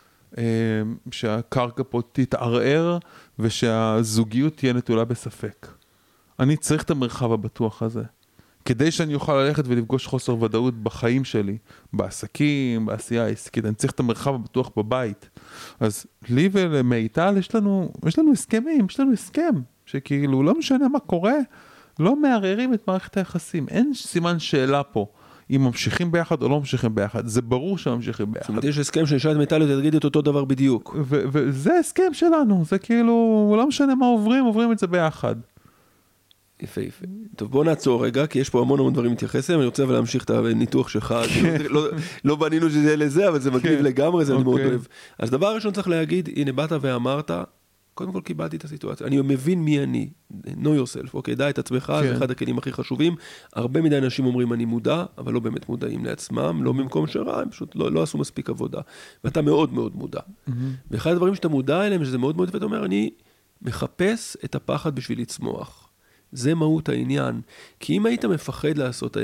שהקרקע פה תתערער ושהזוגיות תהיה נטולה בספק. אני צריך את המרחב הבטוח הזה. כדי שאני אוכל ללכת ולפגוש חוסר ודאות בחיים שלי, בעסקים, בעשייה העסקית, אני צריך את המרחב הבטוח בבית. אז לי ולמיטל יש לנו הסכמים, יש לנו הסכם, שכאילו לא משנה מה קורה, לא מערערים את מערכת היחסים. אין סימן שאלה פה. אם ממשיכים ביחד או לא ממשיכים ביחד. זה ברור שממשיכים ביחד. זאת אומרת, יש הסכם שנשאל את מיטל ותגיד את אותו דבר בדיוק. וזה הסכם שלנו, זה כאילו, לא משנה מה עוברים את זה ביחד. יפה, יפה. טוב, בוא נעצור רגע, כי יש פה המון דברים להתייחס אליהם, אני רוצה אבל להמשיך את הניתוח שלך. לא בנינו שזה יהיה לזה, אבל זה מגניב לגמרי, זה אני מאוד אוהב. אז דבר ראשון צריך להגיד, הנה באת ואמרת, קודם כל קיבלתי את הסיטואציה, אני מבין מי אני, know yourself, אוקיי, דע את עצמך, זה אחד הכלים הכי חשובים, הרבה מדי אנשים אומרים אני מודע, אבל לא באמת מודעים לעצמם, לא במקום שרע, הם פשוט לא עשו מספיק עבודה, ואתה מאוד מאוד מודע. ואחד הדברים שאתה מודע אליהם, שזה מאוד מאוד, ואתה אומר, אני מחפש את הפחד בשביל לצמוח. זה מהות העניין, כי אם היית מפחד לעשות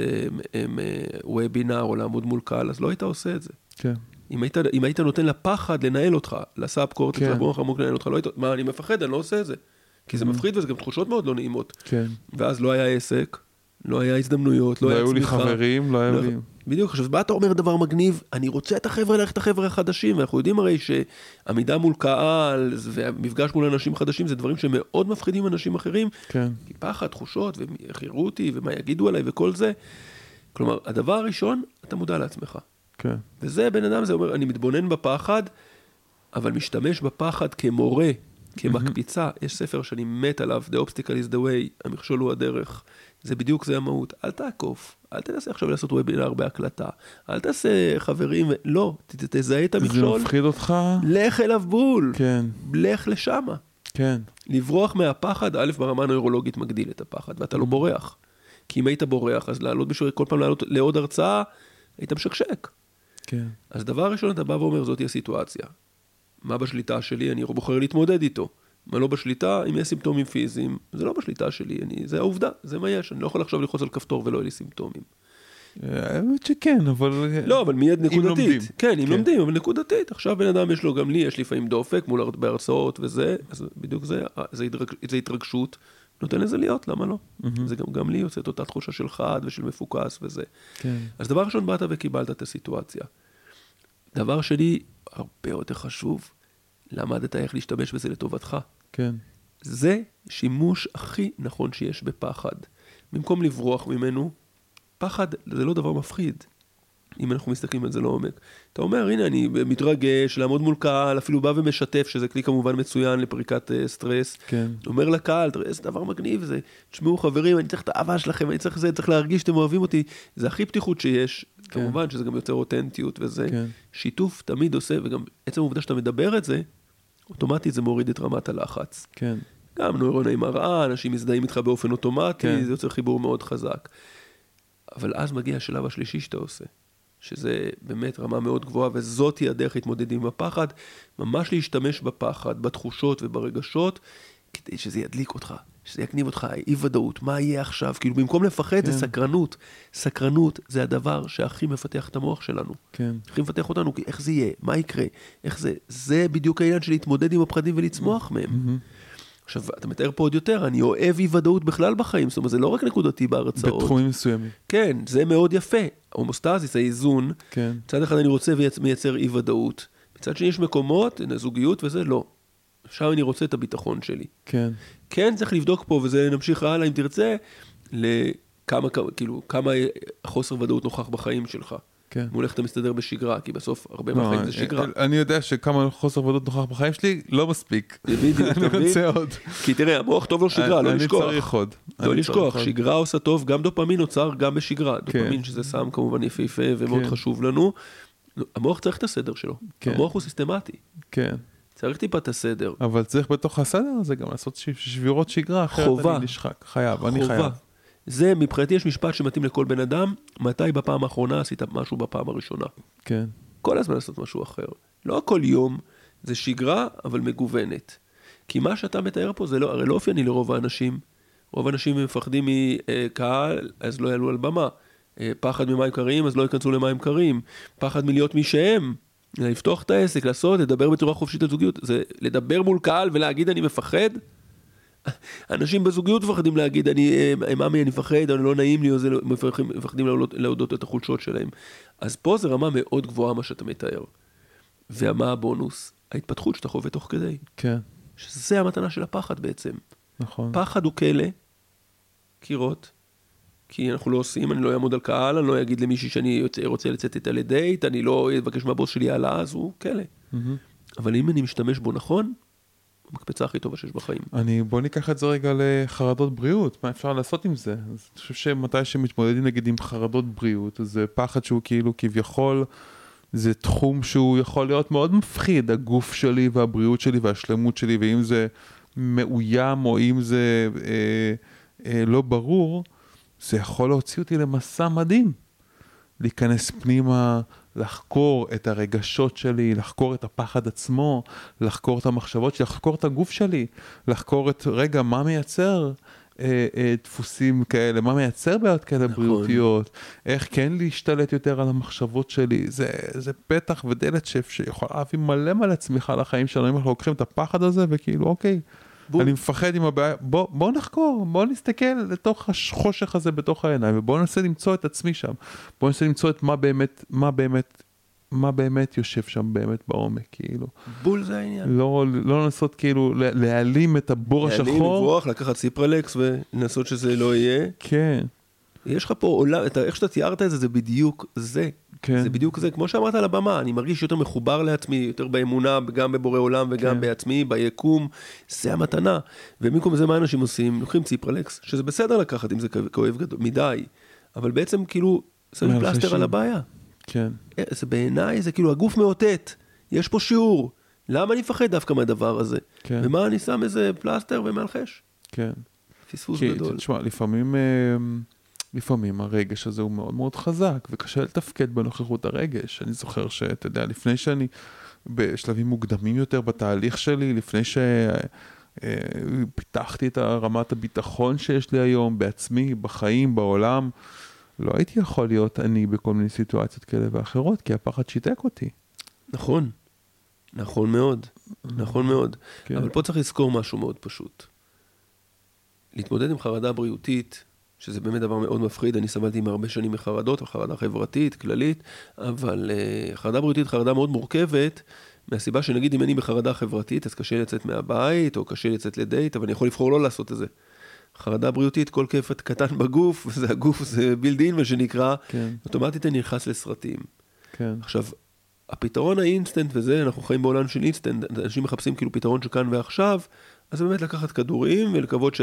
וובינר או לעמוד מול קהל, אז לא היית עושה את זה. כן. אם היית נותן לפחד לנהל אותך, לסאב קורטקס, למוח עמוק לנהל אותך, לא היית, מה, אני מפחד, אני לא עושה את זה. כי זה מפחיד וזה גם תחושות מאוד לא נעימות. כן. ואז לא היה עסק, לא היה הזדמנויות, לא היה צמיחה. לא היו לי חברים, לא היו לי... בדיוק, עכשיו, בא אתה אומר דבר מגניב, אני רוצה את החבר'ה, ללכת את החבר'ה החדשים, ואנחנו יודעים הרי שעמידה מול קהל, והמפגש מול אנשים חדשים, זה דברים שמאוד מפחידים אנשים אחרים. כן. כי פחד, תחושות, ואיך יראו אותי, ומה יגידו עליי, וכל זה. כלומר, הדבר הראשון, אתה מודע לעצמך. כן. וזה בן אדם, זה אומר, אני מתבונן בפחד, אבל משתמש בפחד כמורה כמקפיצה, יש ספר שאני מת עליו, The Obstacle is the way, המכשול הוא הדרך. זה בדיוק זה המהות. אל תעקוף, אל תנסה עכשיו לעשות וובינר בהקלטה, אל תעשה חברים, לא, תזהה את המכשול. זה מפחיד אותך? לך אליו בול. כן. לך לשם. כן. לברוח מהפחד, א' ברמה הנוירולוגית מגדיל את הפחד, ואתה לא בורח. כי אם היית בורח, אז כל פעם לעלות לעוד הרצאה, היית משקשק. כן. אז דבר ראשון, אתה בא ואומר, זאת היא הסיטואציה. מה בשליטה שלי? אני בוחר להתמודד איתו. מה לא בשליטה? אם יש סימפטומים פיזיים, זה לא בשליטה שלי, זה העובדה, זה מה יש. אני לא יכול עכשיו ללחוץ על כפתור ולא יהיה לי סימפטומים. האמת שכן, אבל... לא, אבל מיד נקודתית. אם לומדים. כן, אם לומדים, אבל נקודתית. עכשיו בן אדם יש לו, גם לי יש לפעמים דופק מול בהרצאות וזה, אז בדיוק זה התרגשות, נותן לזה להיות, למה לא? זה גם לי יוצאת אותה תחושה של חד ושל מפוקס וזה. כן. אז דבר ראשון, באת וקיבלת את הסיטואציה. דבר שני, הרבה יותר חשוב, למדת איך להשתמש בזה לטובתך. כן. זה שימוש הכי נכון שיש בפחד. במקום לברוח ממנו, פחד זה לא דבר מפחיד. אם אנחנו מסתכלים על זה לעומק. אתה אומר, הנה, אני מתרגש, לעמוד מול קהל, אפילו בא ומשתף, שזה כלי כמובן מצוין לפריקת סטרס. כן. אומר לקהל, תראה, איזה דבר מגניב זה. תשמעו חברים, אני צריך את האהבה שלכם, אני צריך זה, צריך להרגיש שאתם אוהבים אותי. זה הכי פתיחות שיש. כן. כמובן שזה גם יוצר אותנטיות וזה. כן. שיתוף תמיד עושה, וגם עצם העובדה שאתה מדבר את זה, אוטומטית זה מוריד את רמת הלחץ. כן. גם נוירוני מראה, אנשים מזדהים איתך באופן אוטומטי, כן. זה יוצר חיבור מאוד חזק. אבל אז מגיע השלב השלישי שאתה עושה, שזה באמת רמה מאוד גבוהה, וזאת היא הדרך להתמודד עם הפחד, ממש להשתמש בפחד, בתחושות וברגשות, כדי שזה ידליק אותך, שזה יקניב אותך, אי ודאות, מה יהיה עכשיו? כאילו במקום לפחד זה סקרנות. סקרנות זה הדבר שהכי מפתח את המוח שלנו. כן. הכי מפתח אותנו, איך זה יהיה, מה יקרה, איך זה, זה בדיוק העניין של להתמודד עם הפחדים ולצמוח מהם. עכשיו, אתה מתאר פה עוד יותר, אני אוהב אי ודאות בכלל בחיים, זאת אומרת, זה לא רק נקודתי בהרצאות. בתחומים מסוימים. כן, זה מאוד יפה. ההומוסטזיס, האיזון, כן. מצד אחד אני רוצה ומייצר אי ודאות, מצד שני יש מקומות, זוגיות וזה לא. עכשיו אני רוצה את הביטחון שלי. כן. כן, צריך לבדוק פה, וזה נמשיך הלאה, אם תרצה, כמה חוסר ודאות נוכח בחיים שלך. כן. מול איך אתה מסתדר בשגרה, כי בסוף הרבה מהחיים זה שגרה. אני יודע שכמה חוסר ודאות נוכח בחיים שלי לא מספיק. בדיוק, אני רוצה עוד. כי תראה, המוח טוב לו שגרה, לא לשכוח. אני צריך עוד. לא לשכוח, שגרה עושה טוב, גם דופמין נוצר גם בשגרה. דופמין שזה סם כמובן יפהפה ומאוד חשוב לנו. המוח צריך את הסדר שלו. המוח הוא סיסטמטי. כן. צריך טיפה את הסדר. אבל צריך בתוך הסדר הזה גם לעשות שבירות שגרה, אחרת אני נשחק. חייב, אני חייב. זה, מבחינתי יש משפט שמתאים לכל בן אדם, מתי בפעם האחרונה עשית משהו בפעם הראשונה. כן. כל הזמן לעשות משהו אחר. לא הכל יום, זה שגרה, אבל מגוונת. כי מה שאתה מתאר פה, זה לא, הרי לא אופייני לרוב האנשים. רוב האנשים מפחדים מקהל, אז לא יעלו על במה. פחד ממים קרים, אז לא ייכנסו למים קרים. פחד מלהיות מי שהם. לפתוח את העסק, לעשות, לדבר בצורה חופשית על זוגיות. זה לדבר מול קהל ולהגיד אני מפחד. אנשים בזוגיות מפחדים להגיד, מאמי, אני מפחד, אני לא נעים לי, או זה, מפחדים להודות את החולשות שלהם. אז פה זה רמה מאוד גבוהה מה שאתה מתאר. ומה הבונוס? ההתפתחות שאתה חווה תוך כדי. כן. שזה המתנה של הפחד בעצם. נכון. פחד הוא כלא, קירות, כי אנחנו לא עושים, אני לא אעמוד על קהל, אני לא אגיד למישהי שאני רוצה לצאת איתה לדייט, אני לא אבקש מהבוס שלי העלה, אז הוא כלא. אבל אם אני משתמש בו נכון, המקפצה הכי טובה שיש בחיים. בוא ניקח את זה רגע לחרדות בריאות, מה אפשר לעשות עם זה? אז אני חושב שמתי שמתמודדים נגיד עם חרדות בריאות, אז זה פחד שהוא כאילו כביכול, זה תחום שהוא יכול להיות מאוד מפחיד, הגוף שלי והבריאות שלי והשלמות שלי, ואם זה מאוים או אם זה לא ברור, זה יכול להוציא אותי למסע מדהים. להיכנס פנימה, לחקור את הרגשות שלי, לחקור את הפחד עצמו, לחקור את המחשבות שלי, לחקור את הגוף שלי, לחקור את, רגע, מה מייצר דפוסים כאלה, מה מייצר בעיות כאלה בריאותיות, איך כן להשתלט יותר על המחשבות שלי, זה פתח ודלת שיכול להביא מלא צמיחה לחיים שלנו, אם אנחנו לוקחים את הפחד הזה וכאילו, אוקיי, אני מפחד עם הבעיה, בוא נחקור, בוא נסתכל לתוך החושך הזה בתוך העיניים, ובוא ננסה למצוא את עצמי שם, בוא ננסה למצוא את מה באמת יושב שם באמת בעומק, כאילו. בול זה העניין. לא לנסות כאילו להעלים את הבור השחור. להעלים, לברוח, לקחת סיפרלקס ולנסות שזה לא יהיה. כן. יש לך פה עולם, איך שאתה תיארת את זה, זה בדיוק זה. כן. זה בדיוק זה, כמו שאמרת על הבמה, אני מרגיש יותר מחובר לעצמי, יותר באמונה, גם בבורא עולם וגם כן. בעצמי, ביקום, זה המתנה. ובמקום זה מה אנשים עושים? לוקחים ציפרלקס, שזה בסדר לקחת אם זה כואב גדול, מדי, אבל בעצם כאילו, שמים פלסטר על הבעיה. כן. זה בעיניי, זה כאילו הגוף מאותת, יש פה שיעור, למה אני מפחד דווקא מהדבר הזה? כן. ומה אני שם איזה פלסטר ומלחש? כן. פספוס כי, גדול. תשמע, לפעמים הרגש הזה הוא מאוד מאוד חזק, וקשה לתפקד בנוכחות הרגש. אני זוכר שאתה יודע, לפני שאני, בשלבים מוקדמים יותר בתהליך שלי, לפני שפיתחתי את רמת הביטחון שיש לי היום, בעצמי, בחיים, בעולם, לא הייתי יכול להיות אני בכל מיני סיטואציות כאלה ואחרות, כי הפחד שיתק אותי. נכון. נכון מאוד. נכון מאוד. כן. אבל פה צריך לזכור משהו מאוד פשוט. להתמודד עם חרדה בריאותית, שזה באמת דבר מאוד מפחיד, אני סבלתי מהרבה שנים מחרדות, חרדה חברתית, כללית, אבל חרדה בריאותית, חרדה מאוד מורכבת, מהסיבה שנגיד אם אני בחרדה חברתית, אז קשה לצאת מהבית, או קשה לצאת לדייט, אבל אני יכול לבחור לא לעשות את זה. חרדה בריאותית, כל כיף קטן בגוף, וזה הגוף, זה בילדין, מה שנקרא, כן. אוטומטית אני נכנס לסרטים. כן. עכשיו, הפתרון האינסטנט וזה, אנחנו חיים בעולם של אינסטנט, אנשים מחפשים כאילו פתרון שכאן ועכשיו, אז זה באמת לקחת כדורים ולקוות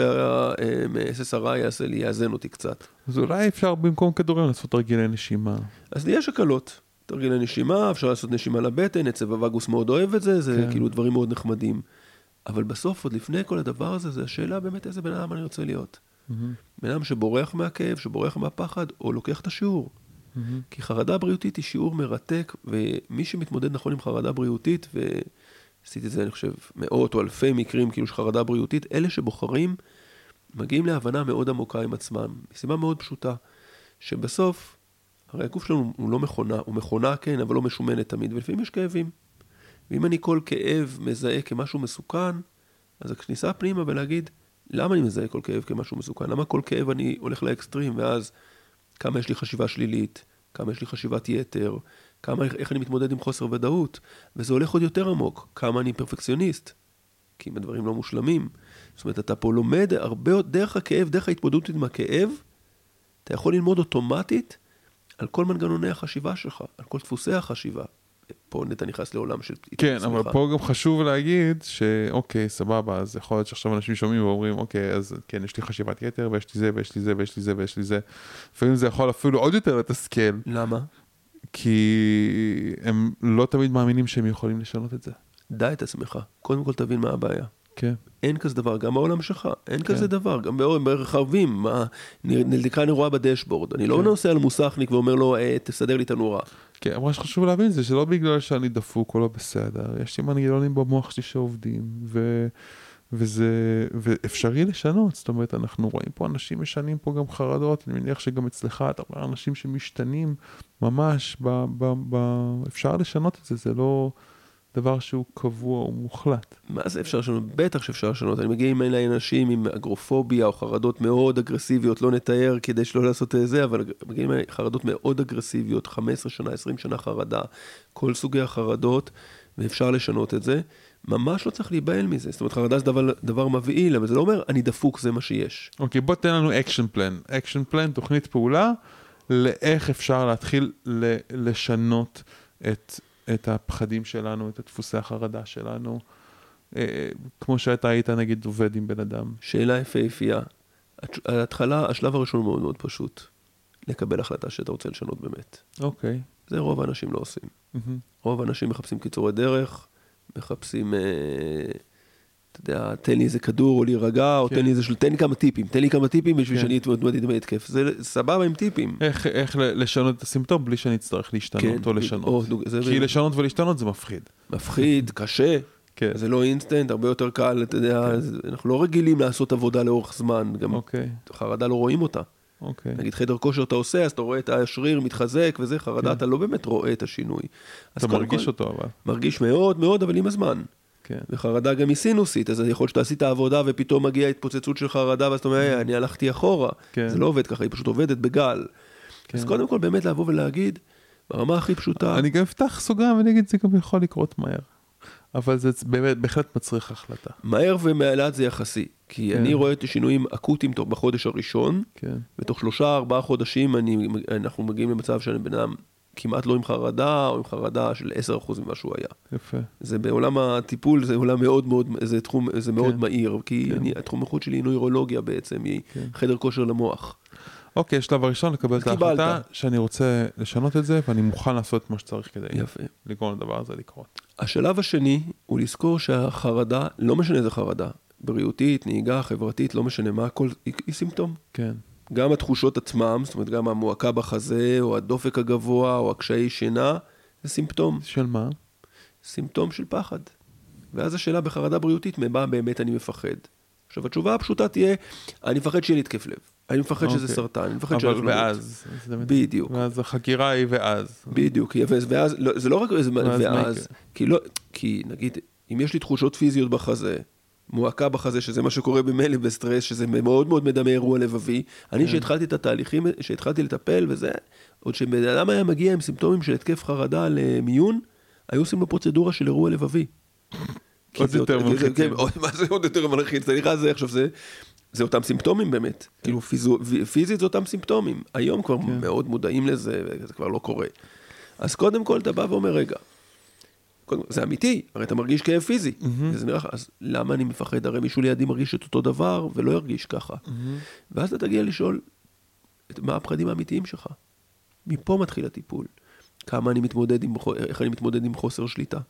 שה-SSRI יאזן אותי קצת. אז אולי אפשר במקום כדורים לעשות תרגילי נשימה. אז יש הקלות. תרגילי נשימה, אפשר לעשות נשימה לבטן, עצב הווגוס מאוד אוהב את זה, זה כן. כאילו דברים מאוד נחמדים. אבל בסוף, עוד לפני כל הדבר הזה, זה השאלה באמת איזה בן אדם אני רוצה להיות. בן אדם שבורח מהכאב, שבורח מהפחד, או לוקח את השיעור. כי חרדה בריאותית היא שיעור מרתק, ומי שמתמודד נכון עם חרדה בריאותית, ועשיתי את זה, אני חושב, מאות או אלפי מקרים כאילו של חרדה בריאותית, אלה שבוחרים מגיעים להבנה מאוד עמוקה עם עצמם. מסיבה מאוד פשוטה, שבסוף, הרי הגוף שלנו הוא לא מכונה, הוא מכונה כן, אבל לא משומנת תמיד, ולפעמים יש כאבים. ואם אני כל כאב מזהה כמשהו מסוכן, אז הכניסה פנימה ולהגיד, למה אני מזהה כל כאב כמשהו מסוכן? למה כל כאב אני הולך לאקסטרים, ואז כמה יש לי חשיבה שלילית, כמה יש לי חשיבת יתר, איך אני מתמודד עם חוסר ודאות, וזה הולך עוד יותר עמוק, כמה אני פרפקציוניסט, כי אם הדברים לא מושלמים. זאת אומרת, אתה פה לומד הרבה דרך הכאב, דרך ההתמודדות עם הכאב, אתה יכול ללמוד אוטומטית על כל מנגנוני החשיבה שלך, על כל דפוסי החשיבה. פה אתה נכנס לעולם של... כן, אבל פה גם חשוב להגיד שאוקיי, סבבה, אז יכול להיות שעכשיו אנשים שומעים ואומרים, אוקיי, אז כן, יש לי חשיבת יתר, ויש לי זה, ויש לי זה, ויש לי זה, ויש לי זה. לפעמים זה יכול אפילו עוד יותר לתסכל. למה? כי הם לא תמיד מאמינים שהם יכולים לשנות את זה. דע את עצמך. קודם כל תבין מה הבעיה. כן. אין כזה דבר, גם בעולם שלך, אין כזה דבר, גם ברכבים, נדלקה נורה בדשבורד, אני לא נוסע על מוסכניק ואומר לו, תסדר לי את הנורה. כן, אבל שחשוב להבין זה שלא בגלל שאני דפוק או לא בסדר, יש לי מנגנונים במוח שלי שעובדים, ואפשרי לשנות, זאת אומרת, אנחנו רואים פה אנשים משנים פה גם חרדות, אני מניח שגם אצלך, אתה רואה אנשים שמשתנים ממש, אפשר לשנות את זה, זה לא דבר שהוא קבוע או מוחלט. מה זה אפשר לשנות? בטח שאפשר לשנות. אני מגיע עם אלה אנשים עם אגרופוביה או חרדות מאוד אגרסיביות, לא נתאר כדי שלא לעשות את זה, אבל מגיעים עם חרדות מאוד אגרסיביות, 15 שנה, 20 שנה חרדה, כל סוגי החרדות, ואפשר לשנות את זה. ממש לא צריך להיבהל מזה. זאת אומרת, חרדה זה דבר מבהיל, אבל זה לא אומר, אני דפוק, זה מה שיש. אוקיי, בוא תן לנו אקשן פלן. אקשן פלן, תוכנית פעולה, לאיך אפשר להתחיל לשנות את הפחדים שלנו, את דפוסי החרדה שלנו, כמו שאתה היית נגיד עובד עם בן אדם. שאלה יפהפייה. ההתחלה, השלב הראשון מאוד מאוד פשוט. לקבל החלטה שאתה רוצה לשנות באמת. אוקיי. זה רוב האנשים לא עושים. רוב האנשים מחפשים קיצורי דרך, מחפשים, אתה יודע, תן לי איזה כדור או להירגע, או תן לי כמה טיפים בשביל שאני אתמודד עם ההתקף. זה סבבה עם טיפים. איך לשנות את הסימפטום בלי שאני אצטרך להשתנות או לשנות. כי לשנות ולהשתנות זה מפחיד. מפחיד, קשה. זה לא אינסטנט, הרבה יותר קל, אתה יודע, אנחנו לא רגילים לעשות עבודה לאורך זמן, גם חרדה לא רואים אותה. נגיד חדר כושר אתה עושה, אז אתה רואה את השריר מתחזק וזה, חרדה אתה לא באמת רואה את השינוי. אתה מרגיש אותו אבל. מרגיש מאוד מאוד, אבל עם הזמן. וחרדה גם היא סינוסית, אז יכול להיות שאתה עשית העבודה ופתאום מגיעה התפוצצות של חרדה, ואז אתה אומר, אני הלכתי אחורה. זה לא עובד ככה, היא פשוט עובדת בגל. אז קודם כל באמת לבוא ולהגיד, ברמה הכי פשוטה... אני גם אפתח סוגריים ואני אגיד, זה גם יכול לקרות מהר. אבל זה באמת בהחלט מצריך החלטה. מהר ומעלת זה יחסי, כי אני רואה את השינויים אקוטיים בחודש הראשון, בתוך 3-4 חודשים אנחנו מגיעים למצב שאני בן אדם כמעט לא עם חרדה, או עם חרדה של 10% ממה שהוא היה. יפה. זה בעולם הטיפול, זה עולם מאוד מאוד, זה תחום, זה מאוד מהיר, כי התחום החוץ שלי היא נוירולוגיה בעצם, היא חדר כושר למוח. אוקיי, השלב הראשון לקבל את ההחלטה שאני רוצה לשנות את זה, ואני מוכן לעשות את מה שצריך כדי לגרום לדבר הזה לקרות. השלב השני הוא לזכור שהחרדה, לא משנה איזה חרדה, בריאותית, נהיגה, חברתית, לא משנה מה, הכל היא סימפטום. כן. גם התחושות עצמם, זאת אומרת, גם המועקה בחזה, או הדופק הגבוה, או הקשיי שינה, זה סימפטום. של מה? סימפטום של פחד. ואז השאלה בחרדה בריאותית, ממה באמת אני מפחד. עכשיו, התשובה הפשוטה תהיה, אני מפחד שיהיה לי התקף לב. אני מפחד שזה סרטן, אני מפחד אבל ואז. בדיוק. ואז החקירה היא ואז. בדיוק, ואז, זה לא רק ואז, כי נגיד, אם יש לי תחושות פיזיות בחזה, מועקה בחזה, שזה מה שקורה במילא בסטרס, שזה מאוד מאוד מדמה אירוע לבבי, אני שהתחלתי את התהליכים, שהתחלתי לטפל וזה, עוד שבן אדם היה מגיע עם סימפטומים של התקף חרדה למיון, היו עושים לו פרוצדורה של אירוע לבבי. עוד יותר מלחיצים. מה זה עוד יותר מלחיץ? סליחה, זה עכשיו זה אותם סימפטומים באמת. כאילו פיזית זה אותם סימפטומים. היום כבר מאוד מודעים לזה, וזה כבר לא קורה. אז קודם כל אתה בא ואומר, רגע, זה אמיתי, הרי אתה מרגיש כאב פיזי. וזה נראה לך, אז למה אני מפחד? הרי מישהו לידי מרגיש את אותו דבר, ולא ירגיש ככה. ואז אתה תגיע לשאול, מה הפחדים האמיתיים שלך? מפה מתחיל הטיפול. איך אני מתמודד עם חוסר שליטה?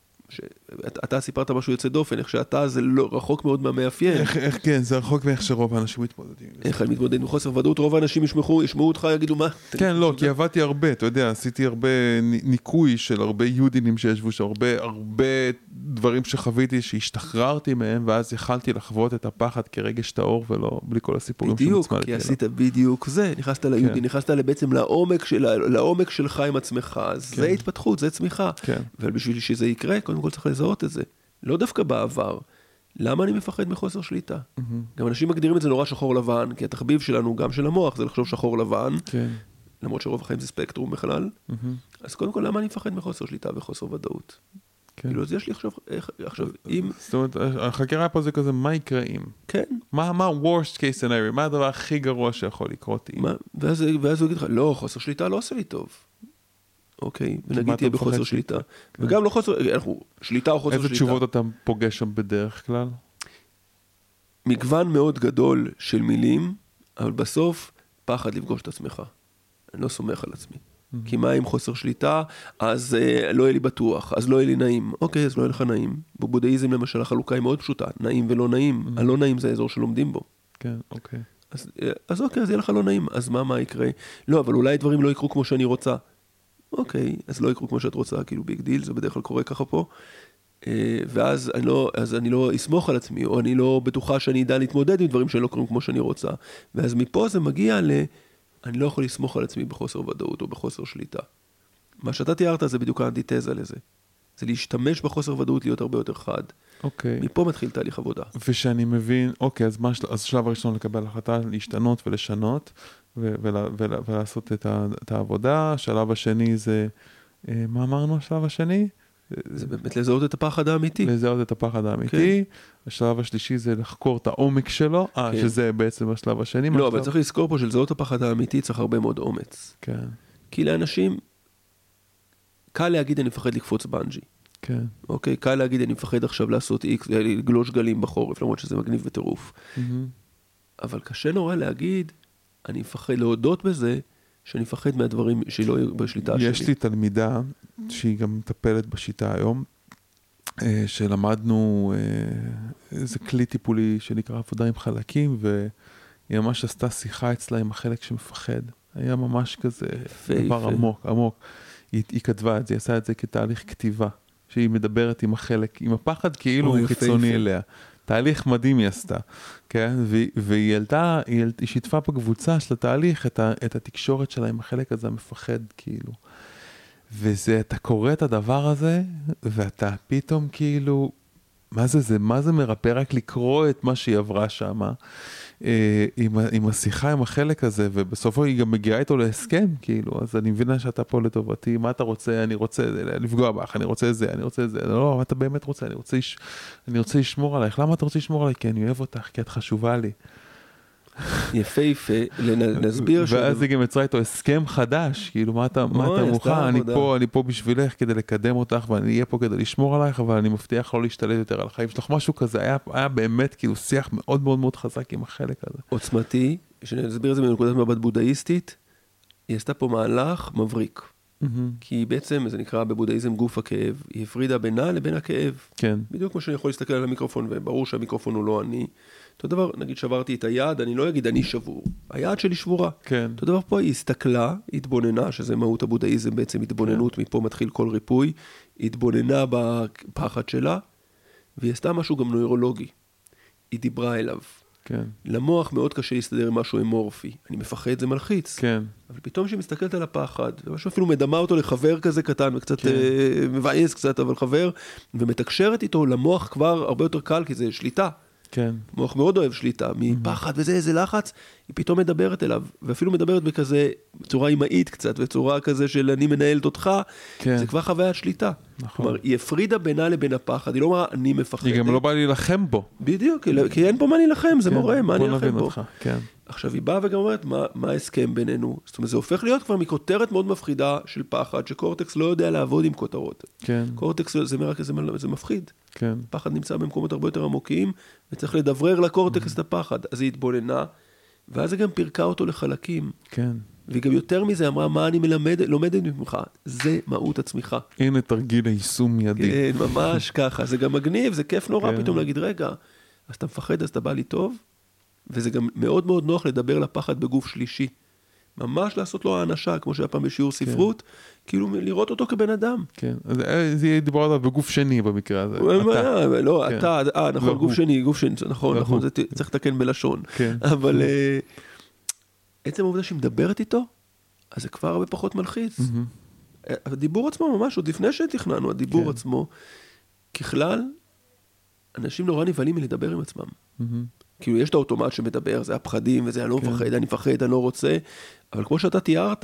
אתה סיפרת משהו יוצא דופן, איך שאתה זה לא רחוק מאוד מהמאפיין. איך כן, זה רחוק מאיך שרוב האנשים מתמודדים. איך אני מתמודד עם חוסר ודאות, רוב האנשים ישמעו אותך, יגידו מה? כן, לא, כי עבדתי הרבה, אתה יודע, עשיתי הרבה ניקוי של הרבה יודינים שישבו שם, הרבה דברים שחוויתי, שהשתחררתי מהם, ואז יכלתי לחוות את הפחד כרגש טהור, ולא בלי כל הסיפורים בדיוק, כי עשית בדיוק זה, נכנסת ליודין, נכנסת בעצם לעומק שלך עם עצמך, זה התפתחות, זה צמיחה. ובשביל שזה יקרה, קודם כל צריך לזהות את זה. לא דווקא בעבר. למה אני מפחד מחוסר שליטה? גם אנשים מגדירים את זה נורא שחור לבן, כי התחביב שלנו, גם של המוח, זה לחשוב שחור לבן, למרות שרוב החיים זה ספקטרום בכלל. אז קודם כל, למה אני מפחד מחוסר שליטה וחוסר ודאות? כאילו, אז יש לי עכשיו, אם... זאת אומרת, החקירה פה זה כזה, מה יקרה אם? כן. מה worst case scenario? מה הדבר הכי גרוע שיכול לקרות אם? ואז הוא יגיד לך, לא, חוסר שליטה לא עושה לי טוב. אוקיי, ונגיד תהיה בחוסר שליטה. וגם לא חוסר, שליטה או חוסר שליטה. איזה תשובות אתה פוגש שם בדרך כלל? מגוון מאוד גדול של מילים, אבל בסוף פחד לפגוש את עצמך. אני לא סומך על עצמי. כי מה עם חוסר שליטה? אז לא יהיה לי בטוח, אז לא יהיה לי נעים. אוקיי, אז לא יהיה לך נעים. בבודהיזם למשל החלוקה היא מאוד פשוטה, נעים ולא נעים. הלא נעים זה האזור שלומדים בו. כן, אוקיי. אז אוקיי, אז יהיה לך לא נעים. אז מה יקרה? לא, אבל אולי דברים לא יקרו כמו שאני רוצה. אוקיי, אז לא יקרו כמו שאת רוצה, כאילו ביג דיל, זה בדרך כלל קורה ככה פה. ואז אני לא אסמוך על עצמי, או אני לא בטוחה שאני אדע להתמודד עם דברים שלא קורים כמו שאני רוצה. ואז מפה זה מגיע אני לא יכול לסמוך על עצמי בחוסר ודאות או בחוסר שליטה. מה שאתה תיארת זה בדיוק האנטיתזה לזה. זה להשתמש בחוסר ודאות להיות הרבה יותר חד. אוקיי. מפה מתחיל תהליך עבודה. ושאני מבין, אוקיי, אז השלב הראשון לקבל החלטה, להשתנות ולשנות, ולעשות את העבודה. השלב השני זה, מה אמרנו השלב השני? זה באמת לזהות את הפחד האמיתי. לזהות את הפחד האמיתי. השלב השלישי זה לחקור את העומק שלו, שזה בעצם השלב השני. לא, אבל צריך לזכור פה שלזהות את הפחד האמיתי צריך הרבה מאוד אומץ. כן. כי לאנשים, קל להגיד אני מפחד לקפוץ בנג'י. כן. אוקיי, קל להגיד אני מפחד עכשיו לעשות לגלוש גלים בחורף, למרות שזה מגניב וטירוף. אבל קשה נורא להגיד, אני מפחד להודות בזה, שאני מפחד מהדברים שלא יהיו בשליטה שלי. יש לי תלמידה שהיא גם מטפלת בשיטה היום, שלמדנו איזה כלי טיפולי שנקרא עבודה עם חלקים, והיא ממש עשתה שיחה אצלה עם החלק שמפחד. היה ממש כזה דבר עמוק, עמוק. היא כתבה את זה, היא עשה את זה כתהליך כתיבה, שהיא מדברת עם החלק, עם הפחד כאילו הוא חיצוני אליה. תהליך מדהים היא עשתה, כן? והיא העלתה, היא שיתפה בקבוצה של התהליך את התקשורת שלה עם החלק הזה המפחד, כאילו. וזה, אתה קורא את הדבר הזה, ואתה פתאום כאילו, מה זה מרפא רק לקרוא את מה שהיא עברה שם, עם השיחה, עם החלק הזה, ובסופו היא גם מגיעה איתו להסכם, כאילו, אז אני מבינה שאתה פה לטובתי, מה אתה רוצה, אני רוצה לפגוע בך, אני רוצה זה, לא, מה אתה באמת רוצה, אני רוצה לשמור עלייך, למה אתה רוצה לשמור עליי? כי אני אוהב אותך, כי את חשובה לי. יפהפה, נסביר ואז היא גם יצרה איתו הסכם חדש, כאילו מה אתה מוכן, אני פה בשבילך כדי לקדם אותך, ואני אהיה פה כדי לשמור עלייך, אבל אני מבטיח לא להשתלט יותר על החיים שלך, משהו כזה, היה באמת כאילו שיח מאוד מאוד מאוד חזק עם החלק הזה. עוצמתי, שנסביר את זה מנקודת מבט בודהיסטית, היא עשתה פה מהלך מבריק. כי בעצם, זה נקרא בבודהיזם גוף הכאב, היא הפרידה בינה לבין הכאב. כן. בדיוק כמו שאני יכול להסתכל על המיקרופון, וברור שהמיקרופון הוא לא אני. אותו דבר, נגיד שברתי את היד, אני לא אגיד אני שבור. היד שלי שבורה. כן. אותו דבר פה, היא הסתכלה, התבוננה, שזה מהות הבודהיזם בעצם, התבוננות, מפה מתחיל כל ריפוי, התבוננה בפחד שלה, והיא עשתה משהו גם נוירולוגי. היא דיברה אליו. כן. למוח מאוד קשה להסתדר עם משהו אמורפי. אני מפחד, זה מלחיץ. כן. אבל פתאום שהיא מסתכלת על הפחד, ומשהו אפילו מדמה אותו לחבר כזה קטן, וקצת מבאס קצת, אבל חבר, ומתקשרת איתו למוח כבר הרבה יותר קל, כי זה שליטה. כן. מוח מאוד אוהב שליטה, מפחד וזה, איזה לחץ, היא פתאום מדברת אליו, ואפילו מדברת בכזה, בצורה אימהית קצת, בצורה כזה של אני מנהלת אותך, כן. זה כבר חוויית שליטה. נכון. כלומר, היא הפרידה בינה לבין הפחד, היא לא אמרה, אני מפחדת. היא גם לא באה להילחם בו. בדיוק, כי אין פה מה להילחם, זה מורה, מה אני אלחם בו. כן. עכשיו היא באה וגם אומרת, מה ההסכם בינינו? זאת אומרת, זה הופך להיות כבר מכותרת מאוד מפחידה של פחד, שקורטקס לא יודע לעבוד עם כותרות. כן. קורטקס זה מפחיד. כן. פחד נמצא במקומות הרבה יותר עמוקים, וצריך לדברר לקורטקס את הפחד. אז היא התבוננה, ואז היא גם פירקה אותו לחלקים. כן. והיא גם יותר מזה אמרה, מה אני לומדת ממך? זה מהות הצמיחה. הנה תרגיל היישום מיידי. כן, ממש ככה. זה גם מגניב, זה כיף נורא פתאום להגיד, רגע, אז אתה מפחד, אז אתה בא לי טוב, וזה גם מאוד מאוד נוח לדבר לפחד בגוף שלישי. ממש לעשות לו האנשה, כמו שהיה פעם בשיעור ספרות, כאילו לראות אותו כבן אדם. כן, אז היא דיברה עליו בגוף שני במקרה הזה. לא, אתה, נכון, גוף שני, נכון, צריך לתקן בלשון. אבל עצם העובדה שהיא מדברת איתו, אז זה כבר הרבה פחות מלחיץ. הדיבור עצמו ממש, עוד לפני שתכננו, הדיבור עצמו, ככלל, אנשים נורא נבהלים מלדבר עם עצמם. כאילו יש את האוטומט שמדבר, זה הפחדים וזה, אני לא מפחד, אני מפחד, אני לא רוצה, אבל כמו שאתה תיארת,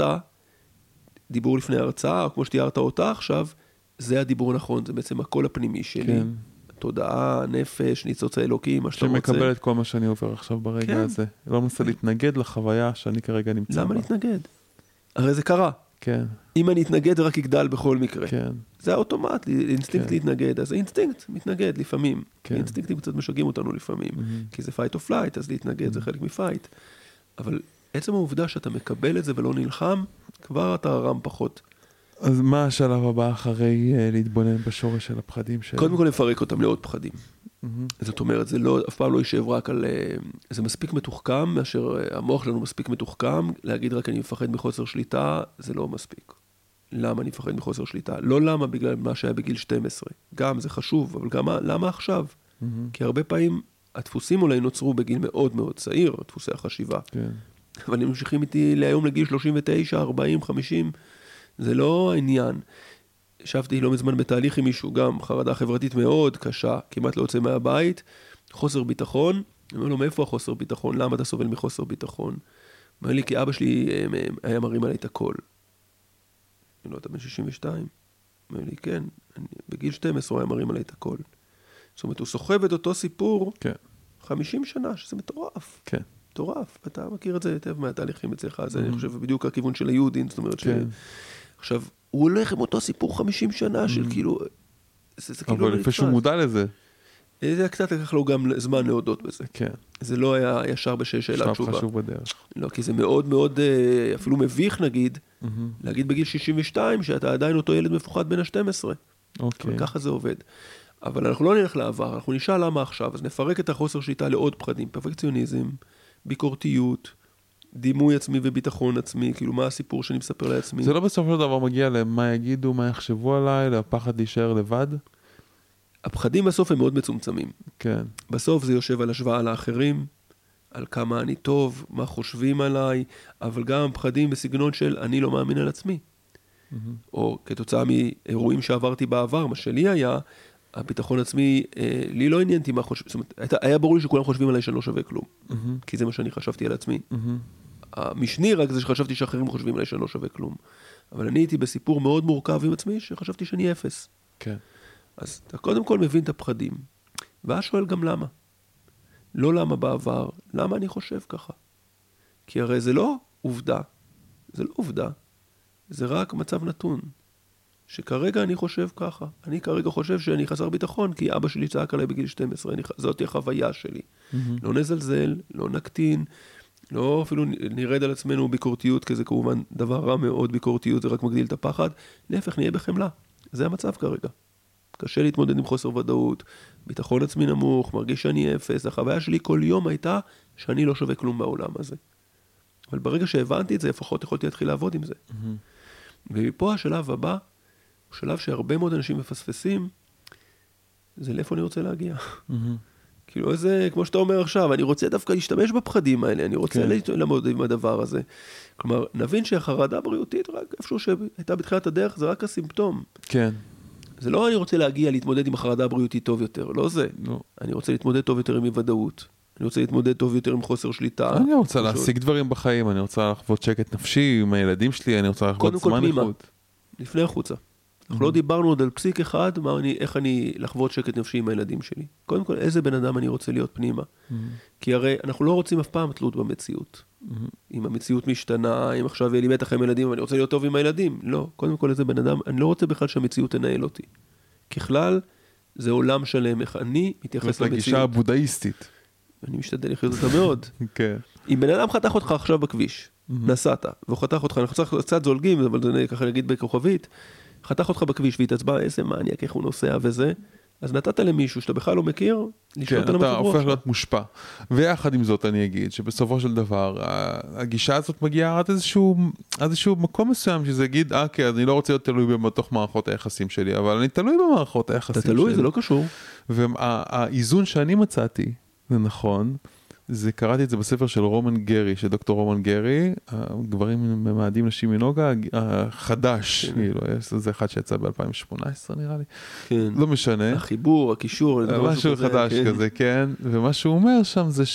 דיבור לפני הרצאה, או כמו שתיארת אותה עכשיו, זה הדיבור הנכון, זה בעצם הקול הפנימי שלי. תודעה, נפש, ניצוץ האלוקים, מה שאתה רוצה. שמקבל את כל מה שאני עובר עכשיו ברגע הזה. לא מנסה להתנגד לחוויה שאני כרגע נמצא בה. למה להתנגד? הרי זה קרה. כן. אם אני אתנגד, זה רק יגדל בכל מקרה. כן. זה האוטומט, אינסטינקט להתנגד. אז האינסטינקט מתנגד לפעמים. האינסטינקטים קצת משגעים אותנו לפעמים. כי זה fight or flight, אז להתנגד זה חלק מפייט. אבל עצם העובדה שאתה מקבל את זה ולא נלחם, כבר אתה רם פחות. אז מה השלב הבא אחרי להתבונן בשורש של הפחדים שלנו? קודם כל לפרק אותם לעוד פחדים. זאת אומרת, זה לא, אף פעם לא יישב רק על... זה מספיק מתוחכם, מאשר המוח שלנו מספיק מתוחכם, להגיד רק אני מפחד מחוסר שליטה, זה לא מספיק. למה אני מפחד מחוסר שליטה? לא למה בגלל מה שהיה בגיל 12. גם זה חשוב, אבל גם למה עכשיו? כי הרבה פעמים הדפוסים אולי נוצרו בגיל מאוד מאוד צעיר, דפוסי החשיבה. אבל הם ממשיכים איתי להיום לגיל 39, 40, 50, זה לא העניין. ישבתי לא מזמן בתהליך עם מישהו, גם חרדה חברתית מאוד קשה, כמעט לא יוצא מהבית, חוסר ביטחון. אני אומר לו, מאיפה החוסר ביטחון? למה אתה סובל מחוסר ביטחון? אומר לי, כי אבא שלי היה מרים עליי את הכל. אני לא, אתה בן 62? אומר לי, כן, בגיל 12 הוא היה מרים עליי את הכל. זאת אומרת, הוא סוחב את אותו סיפור 50 שנה, שזה מטורף. כן. מטורף, ואתה מכיר את זה היטב מהתהליכים אצלך, אז אני חושב בדיוק הכיוון של היהודים, זאת אומרת עכשיו, הוא הולך עם אותו סיפור 50 שנה של כאילו... אבל לפני שהוא מודע לזה. זה קצת לקח לו גם זמן להודות בזה. כן. זה לא היה ישר בשאלה תשובה. שלב חשוב בדרך. לא, כי זה מאוד מאוד, אפילו מביך נגיד, להגיד בגיל 62 שאתה עדיין אותו ילד מפוחד בין ה-12. אוקיי. ככה זה עובד. אבל אנחנו לא נלך לעבר, אנחנו נשאל למה עכשיו, אז נפרק את החוסר שליטה לעוד פחדים, פרפקציוניזם, ביקורתיות, דימוי עצמי וביטחון עצמי, כאילו מה הסיפור שאני מספר לעצמי. זה לא בסופו של דבר מגיע למה יגידו, מה יחשבו עליי, לפחד להישאר לבד? הפחדים בסוף הם מאוד מצומצמים. כן. בסוף זה יושב על השוואה לאחרים, על כמה אני טוב, מה חושבים עליי, אבל גם הפחדים בסגנון של אני לא מאמין על עצמי. או כתוצאה מאירועים שעברתי בעבר, מה שלי היה, הביטחון עצמי, לי לא עניינתי מה חושבים, זאת אומרת, היה ברור לי שכולם חושבים עליי שאני לא שווה כלום, כי זה מה שאני חשבתי על עצמי. המשני רק זה שחשבתי שאחרים חושבים עליי שאני לא שווה כלום. אבל אני הייתי בסיפור מאוד מורכב עם עצמי, שחשבתי שאני אפס. כן. אז אתה קודם כל מבין את הפחדים, ואז שואל גם למה. לא למה בעבר, למה אני חושב ככה. כי הרי זה לא עובדה. זה לא עובדה. זה רק מצב נתון. שכרגע אני חושב ככה. אני כרגע חושב שאני חסר ביטחון, כי אבא שלי צעק עליי בגיל 12. זאת החוויה שלי. לא נזלזל, לא נקטין, לא אפילו נרד על עצמנו ביקורתיות, כי זה כמובן דבר רע מאוד, ביקורתיות זה רק מגדיל את הפחד. להפך, נהיה בחמלה. זה המצב כרגע. קשה להתמודד עם חוסר ודאות, ביטחון עצמי נמוך, מרגיש שאני אפס. החוויה שלי כל יום הייתה שאני לא שווה כלום בעולם הזה. אבל ברגע שהבנתי את זה, לפחות יכולתי להתחיל לעבוד עם זה. ומפה השלב הבא, הוא שלב שהרבה מאוד אנשים מפספסים, זה לאיפה אני רוצה להגיע. כאילו איזה, כמו שאתה אומר עכשיו, אני רוצה דווקא להשתמש בפחדים האלה, אני רוצה לעמוד עם הדבר הזה. כלומר, נבין שהחרדה בריאותית, רק איפשהו שהייתה בתחילת הדרך, זה רק הסימפטום. כן. זה לא אני רוצה להגיע להתמודד עם החרדה הבריאותית טוב יותר, לא זה. אני רוצה להתמודד טוב יותר עם אי-ודאות. אני רוצה להתמודד טוב יותר עם חוסר שליטה. אני רוצה להשיג דברים בחיים, אני רוצה לחוות שקט נפשי עם הילדים שלי, אני רוצה לחוות זמן איכות. לפני החוצה. אנחנו לא דיברנו עוד על פסיק אחד, איך אני לחוות שקט נפשי עם הילדים שלי. קודם כל, איזה בן אדם אני רוצה להיות פנימה. כי הרי אנחנו לא רוצים אף פעם תלות במציאות. אם המציאות משתנה, אם עכשיו יהיה לי מתח עם ילדים, ואני רוצה להיות טוב עם הילדים. לא, קודם כל, איזה בן אדם, אני לא רוצה בכלל שהמציאות תנהל אותי. ככלל, זה עולם שלם, איך אני מתייחס למציאות. לגישה הבודהיסטית. אני משתדל לחיות אותה מאוד. כן. אם בן אדם חתך אותך עכשיו בכביש, נסעת, והוא חתך אותך, אנחנו צריך קצת זולגים, אבל זה ככה להגיד בכוכבית, חתך אותך בכביש והתעצבן, איזה מעניק, איך הוא נוסע וזה, אז נתת למישהו שאתה בכלל לא מכיר, לשלוט על המצב רוח. אתה הופך להיות מושפע. ויחד עם זאת אני אגיד שבסופו של דבר, הגישה הזאת מגיעה עד איזשהו מקום מסוים, שזה יגיד, כן, אני לא רוצה להיות תלוי בתוך מערכות היחסים שלי, אבל אני תלוי במערכות היחסים שלי. אתה תלוי, זה לא קשור. והאיזון שאני מצאתי, זה נכון, קראתי את זה בספר של רומן גרי, של דוקטור רומן גרי, גברים ממאדים נשים מנוגה, החדש, זה אחד שיצא ב-2018 נראה לי, לא משנה. החיבור, הקישור, משהו חדש כזה, כן, ומה שהוא אומר שם זה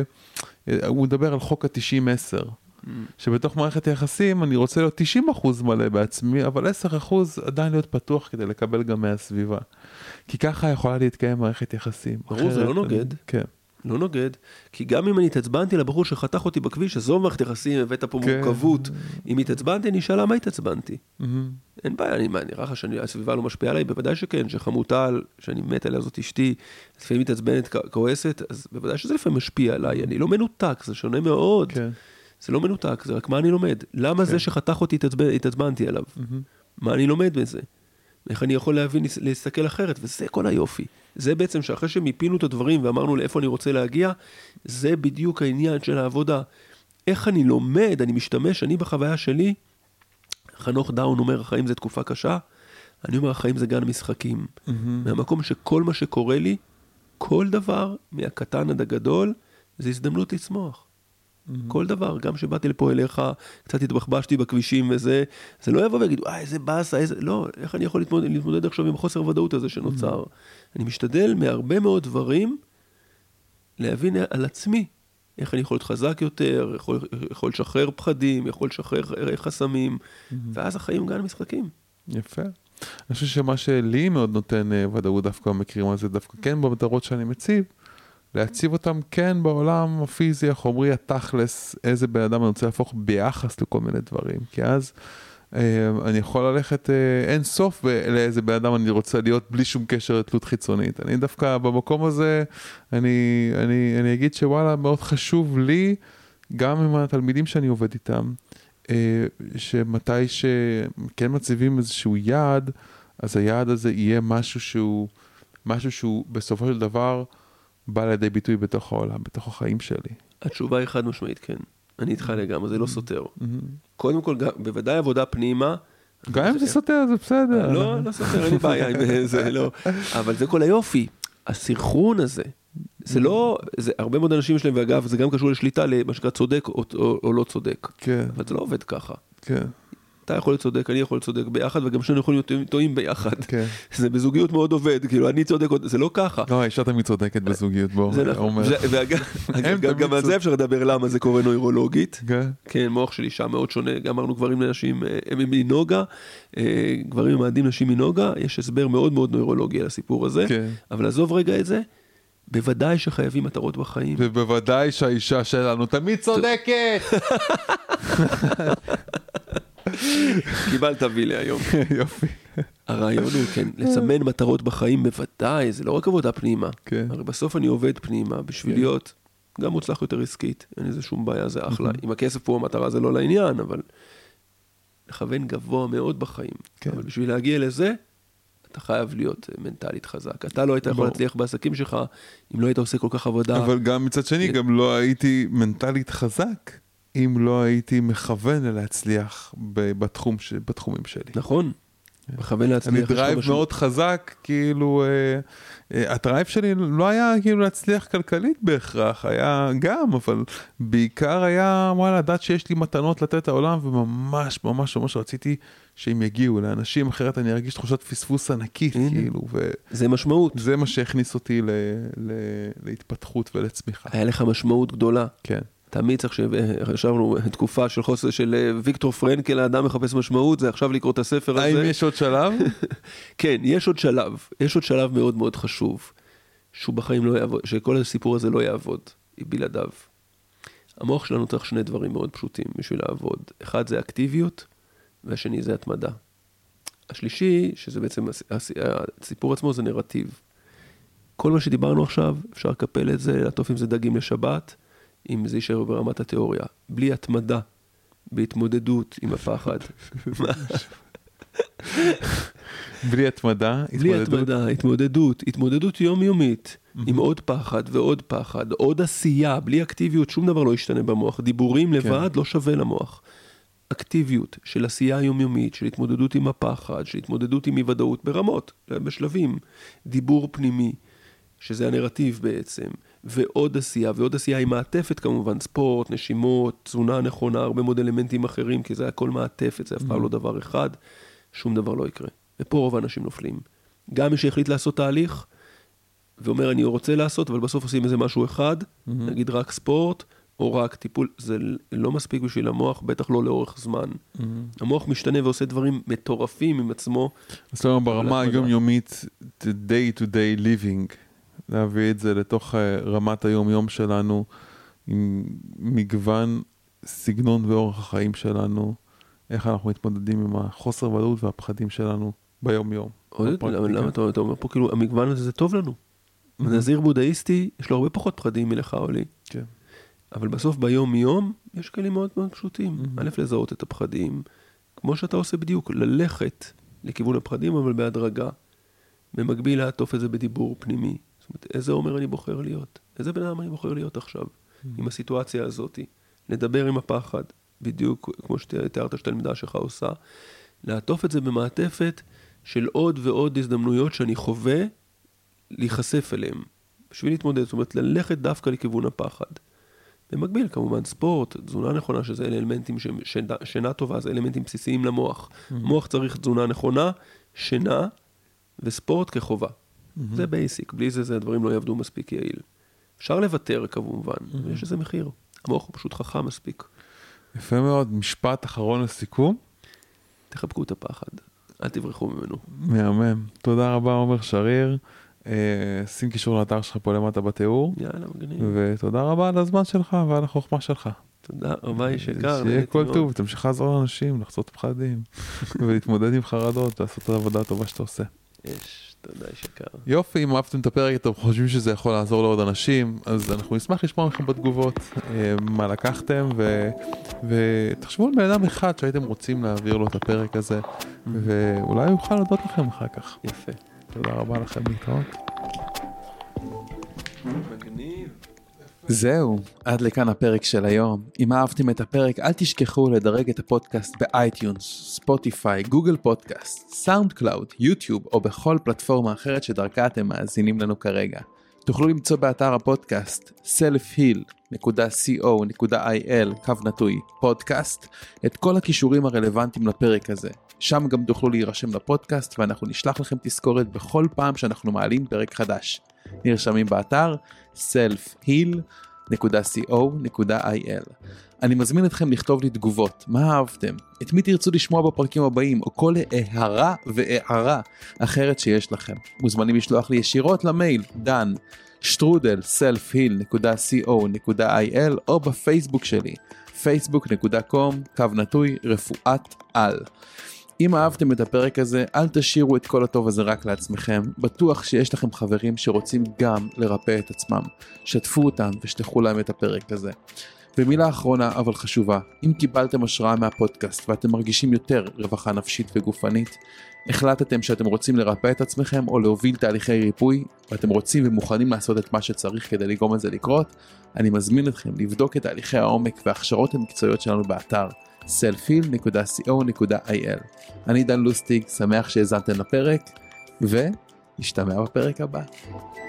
שהוא מדבר על חוק ה-90-10, שבתוך מערכת יחסים אני רוצה להיות 90% מלא בעצמי, אבל 10% עדיין להיות פתוח כדי לקבל גם מהסביבה. כי ככה יכולה להתקיים מערכת יחסים. ברור, זה לא נוגד. כן. לא נוגד, כי גם אם אני התעצבנתי לבחור שחתך אותי בכביש, אז זו מערכת יחסים, הבאת פה מורכבות. אם התעצבנתי, אני אשאל למה התעצבנתי. אין בעיה, אני נראה לך שהסביבה לא משפיעה עליי, בוודאי שכן, שחמוטל, שאני מת עליה זאת אשתי, לפעמים מתעצבנת, כועסת, אז בוודאי שזה לפעמים משפיע עליי, אני לא מנותק, זה שונה מאוד. זה לא מנותק, זה רק מה אני לומד. למה זה שחתך אותי התעצבנתי עליו? מה אני לומד בזה? איך אני יכול להבין, להסתכל אחרת, וזה כל היופי. זה בעצם שאחרי שמיפינו את הדברים ואמרנו לאיפה אני רוצה להגיע, זה בדיוק העניין של העבודה. איך אני לומד, אני משתמש, אני בחוויה שלי, חנוך דאון אומר, החיים זה תקופה קשה, אני אומר, החיים זה גן משחקים. מהמקום שכל מה שקורה לי, כל דבר, מהקטן עד הגדול, זה הזדמנות לצמוח. כל דבר, גם שבאתי לפה אליך, קצת התבחבשתי בכבישים וזה, זה לא יבוא ויגיד, איזה באסה, איזה, לא, איך אני יכול להתמודד עכשיו עם חוסר ודאות הזה שנוצר? אני משתדל מהרבה מאוד דברים להבין על עצמי, איך אני יכול להיות חזק יותר, יכול לשחרר פחדים, יכול לשחרר חסמים, ואז החיים גן משחקים. יפה. אני חושב שמה שלי מאוד נותן ודאות דווקא במקרים הזה, דווקא כן במטרות שאני מציב, להציב אותם כן בעולם הפיזי, החומרי, התכלס, איזה בן אדם אני רוצה להפוך ביחס לכל מיני דברים, כי אז אני יכול ללכת אין סוף לאיזה בן אדם אני רוצה להיות בלי שום קשר לתלות חיצונית. אני דווקא במקום הזה, אני אגיד שוואלה, מאוד חשוב לי, גם עם התלמידים שאני עובד איתם, שמתי שכן מציבים איזשהו יעד, אז היעד הזה יהיה משהו שהוא בסופו של דבר, בא לידי ביטוי בתוך העולם, בתוך החיים שלי. התשובה היא חד משמעית, כן. אני איתך לגמרי, זה לא סותר. קודם כל, בוודאי עבודה פנימה. גם אם זה סותר, זה בסדר. לא סותר, אין לי בעיה עם זה, לא. אבל זה כל היופי. הסנכרון הזה, זה לא, הרבה מאוד אנשים שלהם, ואגב, זה גם קשור לשליטה, למה שקרה צודק או לא צודק. כן. אבל זה לא עובד ככה. כן. אתה יכול לצודק, אני יכול לצודק ביחד, וגם שנינו יכולים להיות טועים ביחד. כן. זה בזוגיות מאוד עובד, כאילו אני צודק, זה לא ככה. לא, האישה תמיד צודקת בזוגיות, בוא. גם על זה אפשר לדבר למה זה קורה נוירולוגית. כן. כן, מוח של אישה מאוד שונה, גם אמרנו גברים לנשים הם מנוגה, גברים ממאדים נשים מנוגה, יש הסבר מאוד מאוד נוירולוגי על הסיפור הזה, אבל עזוב רגע את זה, בוודאי שחייבים מטרות בחיים. ובוודאי שהאישה שלנו תמיד צודקת. קיבלת וילה היום. יופי. הרעיון הוא, כן, לסמן מטרות בחיים בוודאי, זה לא רק עבודה פנימה. כן. הרי בסוף אני עובד פנימה בשביל להיות גם מוצלח יותר עסקית. אין איזה שום בעיה, זה אחלה. אם הכסף פה המטרה זה לא לעניין, אבל לכוון גבוה מאוד בחיים. כן. אבל בשביל להגיע לזה, אתה חייב להיות מנטלית חזק. אתה לא היית יכול להצליח בעסקים שלך, אם לא היית עושה כל כך עבודה. אבל גם מצד שני, גם לא הייתי מנטלית חזק, אם לא הייתי מכוון להצליח בתחומים שלי. נכון. מכוון להצליח. אני דרייב מאוד חזק, כאילו, הדרייב שלי לא היה כאילו להצליח כלכלית בהכרח, היה גם, אבל בעיקר היה, וואלה, לדעת שיש לי מתנות לתת העולם, וממש ממש ממש רציתי שהם יגיעו לאנשים, אחרת אני ארגיש תחושת פספוס ענקית, כאילו, זה משמעות. זה מה שהכניס אותי להתפתחות ולצמיחה. היה לך משמעות גדולה. כן. תמיד צריך שחשבנו תקופה של חוסר של ויקטור פרנקל, האדם מחפש משמעות, זה עכשיו לקרוא את הספר הזה. האם יש עוד שלב? כן, יש עוד שלב. יש עוד שלב מאוד מאוד חשוב, שהוא בחיים לא יעבוד, שכל הסיפור הזה לא יעבוד בלעדיו. המוח שלנו צריך שני דברים מאוד פשוטים בשביל לעבוד. אחד זה אקטיביות, והשני זה התמדה. השלישי, שזה בעצם הסיפור עצמו, זה נרטיב. כל מה שדיברנו עכשיו, אפשר לקפל את זה, לעטוף עם זה דגים לשבת, אם זה יישאר ברמת התיאוריה. בלי התמדה, בהתמודדות עם הפחד. בלי התמדה, בלי התמדה, התמודדות יומיומית, עם עוד פחד ועוד פחד, עוד עשייה, בלי אקטיביות, שום דבר לא ישתנה במוח. דיבורים לבד לא שווה למוח. אקטיביות של עשייה יומיומית, של התמודדות עם הפחד, של התמודדות עם אי-ודאות ברמות, בשלבים, דיבור פנימי, שזה הנרטיב בעצם, ועוד עשייה עם מעטפת כמובן, ספורט, נשימות, תזונה נכונה, הרבה מאוד אלמנטים אחרים, כי זה הכל מעטפת, זה אף פעם לא דבר אחד, שום דבר לא יקרה. ופה רוב האנשים נופלים. גם מי שהחליט לעשות תהליך, ואומר אני רוצה לעשות, אבל בסוף עושים איזה משהו אחד, נגיד רק ספורט, או רק טיפול, זה לא מספיק בשביל המוח, בטח לא לאורך זמן. המוח משתנה ועושה דברים מטורפים עם עצמו. זאת אומרת, ברמה היומיומית, day to day living, להביא את זה לתוך רמת היום-יום שלנו, עם מגוון סגנון ואורח החיים שלנו, איך אנחנו מתמודדים עם החוסר ודאות והפחדים שלנו ביום-יום. למה אתה אומר פה, כאילו, המגוון הזה זה טוב לנו. נזיר בודהיסטי, יש לו הרבה פחות פחדים מלך או לי. כן. אבל בסוף ביום-יום, יש כלים מאוד מאוד פשוטים. א', לזהות את הפחדים, כמו שאתה עושה בדיוק, ללכת לכיוון הפחדים, אבל בהדרגה. במקביל לעטוף את זה בדיבור פנימי. זאת אומרת, איזה עומר אני בוחר להיות? איזה בן אדם אני בוחר להיות עכשיו? עם הסיטואציה הזאת. לדבר עם הפחד, בדיוק כמו שתיארת שתלמידה שלך עושה. לעטוף את זה במעטפת של עוד ועוד הזדמנויות שאני חווה להיחשף אליהם. בשביל להתמודד, זאת אומרת, ללכת דווקא לכיוון הפחד. במקביל, כמובן, ספורט, תזונה נכונה, שזה אלמנטים, שינה טובה, זה אלמנטים בסיסיים למוח. מוח צריך תזונה נכונה, שינה וספורט כחובה. זה בייסיק, בלי זה הדברים לא יעבדו מספיק יעיל. אפשר לוותר כמובן, ויש איזה מחיר. המוח הוא פשוט חכם מספיק. יפה מאוד, משפט אחרון לסיכום. תחבקו את הפחד, אל תברחו ממנו. מהמם, תודה רבה עומר שריר. שים קישור לאתר שלך פה למטה בתיאור. יאללה, מגניב. ותודה רבה על הזמן שלך ועל החוכמה שלך. תודה רבה, איש יקר. שיהיה כל טוב, תמשיך לעזור לאנשים, לחצות פחדים, ולהתמודד עם חרדות, לעשות את העבודה הטובה שאתה עושה. יש, תודה, איש יקר. יופי, אם אהבתם את הפרק, אתם חושבים שזה יכול לעזור לעוד אנשים, אז אנחנו נשמח לשמוע מכם בתגובות מה לקחתם, ותחשבו על בן אדם אחד שהייתם רוצים להעביר לו את הפרק הזה, ואולי הוא יוכל להודות לכם אחר כך. יפה. תודה רבה לכם, להתראות. מגניב. זהו, עד לכאן הפרק של היום. אם אהבתם את הפרק, אל תשכחו לדרג את הפודקאסט באייטיונס, ספוטיפיי, גוגל פודקאסט, סאונד קלאוד, יוטיוב או בכל פלטפורמה אחרת שדרכה אתם מאזינים לנו כרגע. תוכלו למצוא באתר הפודקאסט selfheal.il/פודקאסט את כל הכישורים הרלוונטיים לפרק הזה. שם גם תוכלו להירשם לפודקאסט ואנחנו נשלח לכם תזכורת בכל פעם שאנחנו מעלים פרק חדש. נרשמים באתר selfheal.co.il. אני מזמין אתכם לכתוב לי תגובות, מה אהבתם? את מי תרצו לשמוע בפרקים הבאים, או כל הערה והערה אחרת שיש לכם. מוזמנים לשלוח לי ישירות למייל, dan@selfheal.co.il או בפייסבוק שלי, facebook.com/רפואת על. אם אהבתם את הפרק הזה, אל תשאירו את כל הטוב הזה רק לעצמכם. בטוח שיש לכם חברים שרוצים גם לרפא את עצמם. שתפו אותם ושתחו להם את הפרק הזה. ומילה אחרונה אבל חשובה, אם קיבלתם השראה מהפודקאסט ואתם מרגישים יותר רווחה נפשית וגופנית, החלטתם שאתם רוצים לרפא את עצמכם או להוביל תהליכי ריפוי, ואתם רוצים ומוכנים לעשות את מה שצריך כדי לגרום את זה לקרות, אני מזמין אתכם לבדוק את תהליכי העומק וההכשרות המקצועיות שלנו באתר selfheal.co.il. אני דן לוסטיג, שמח שהזנתם לפרק, ונשתמע בפרק הבא.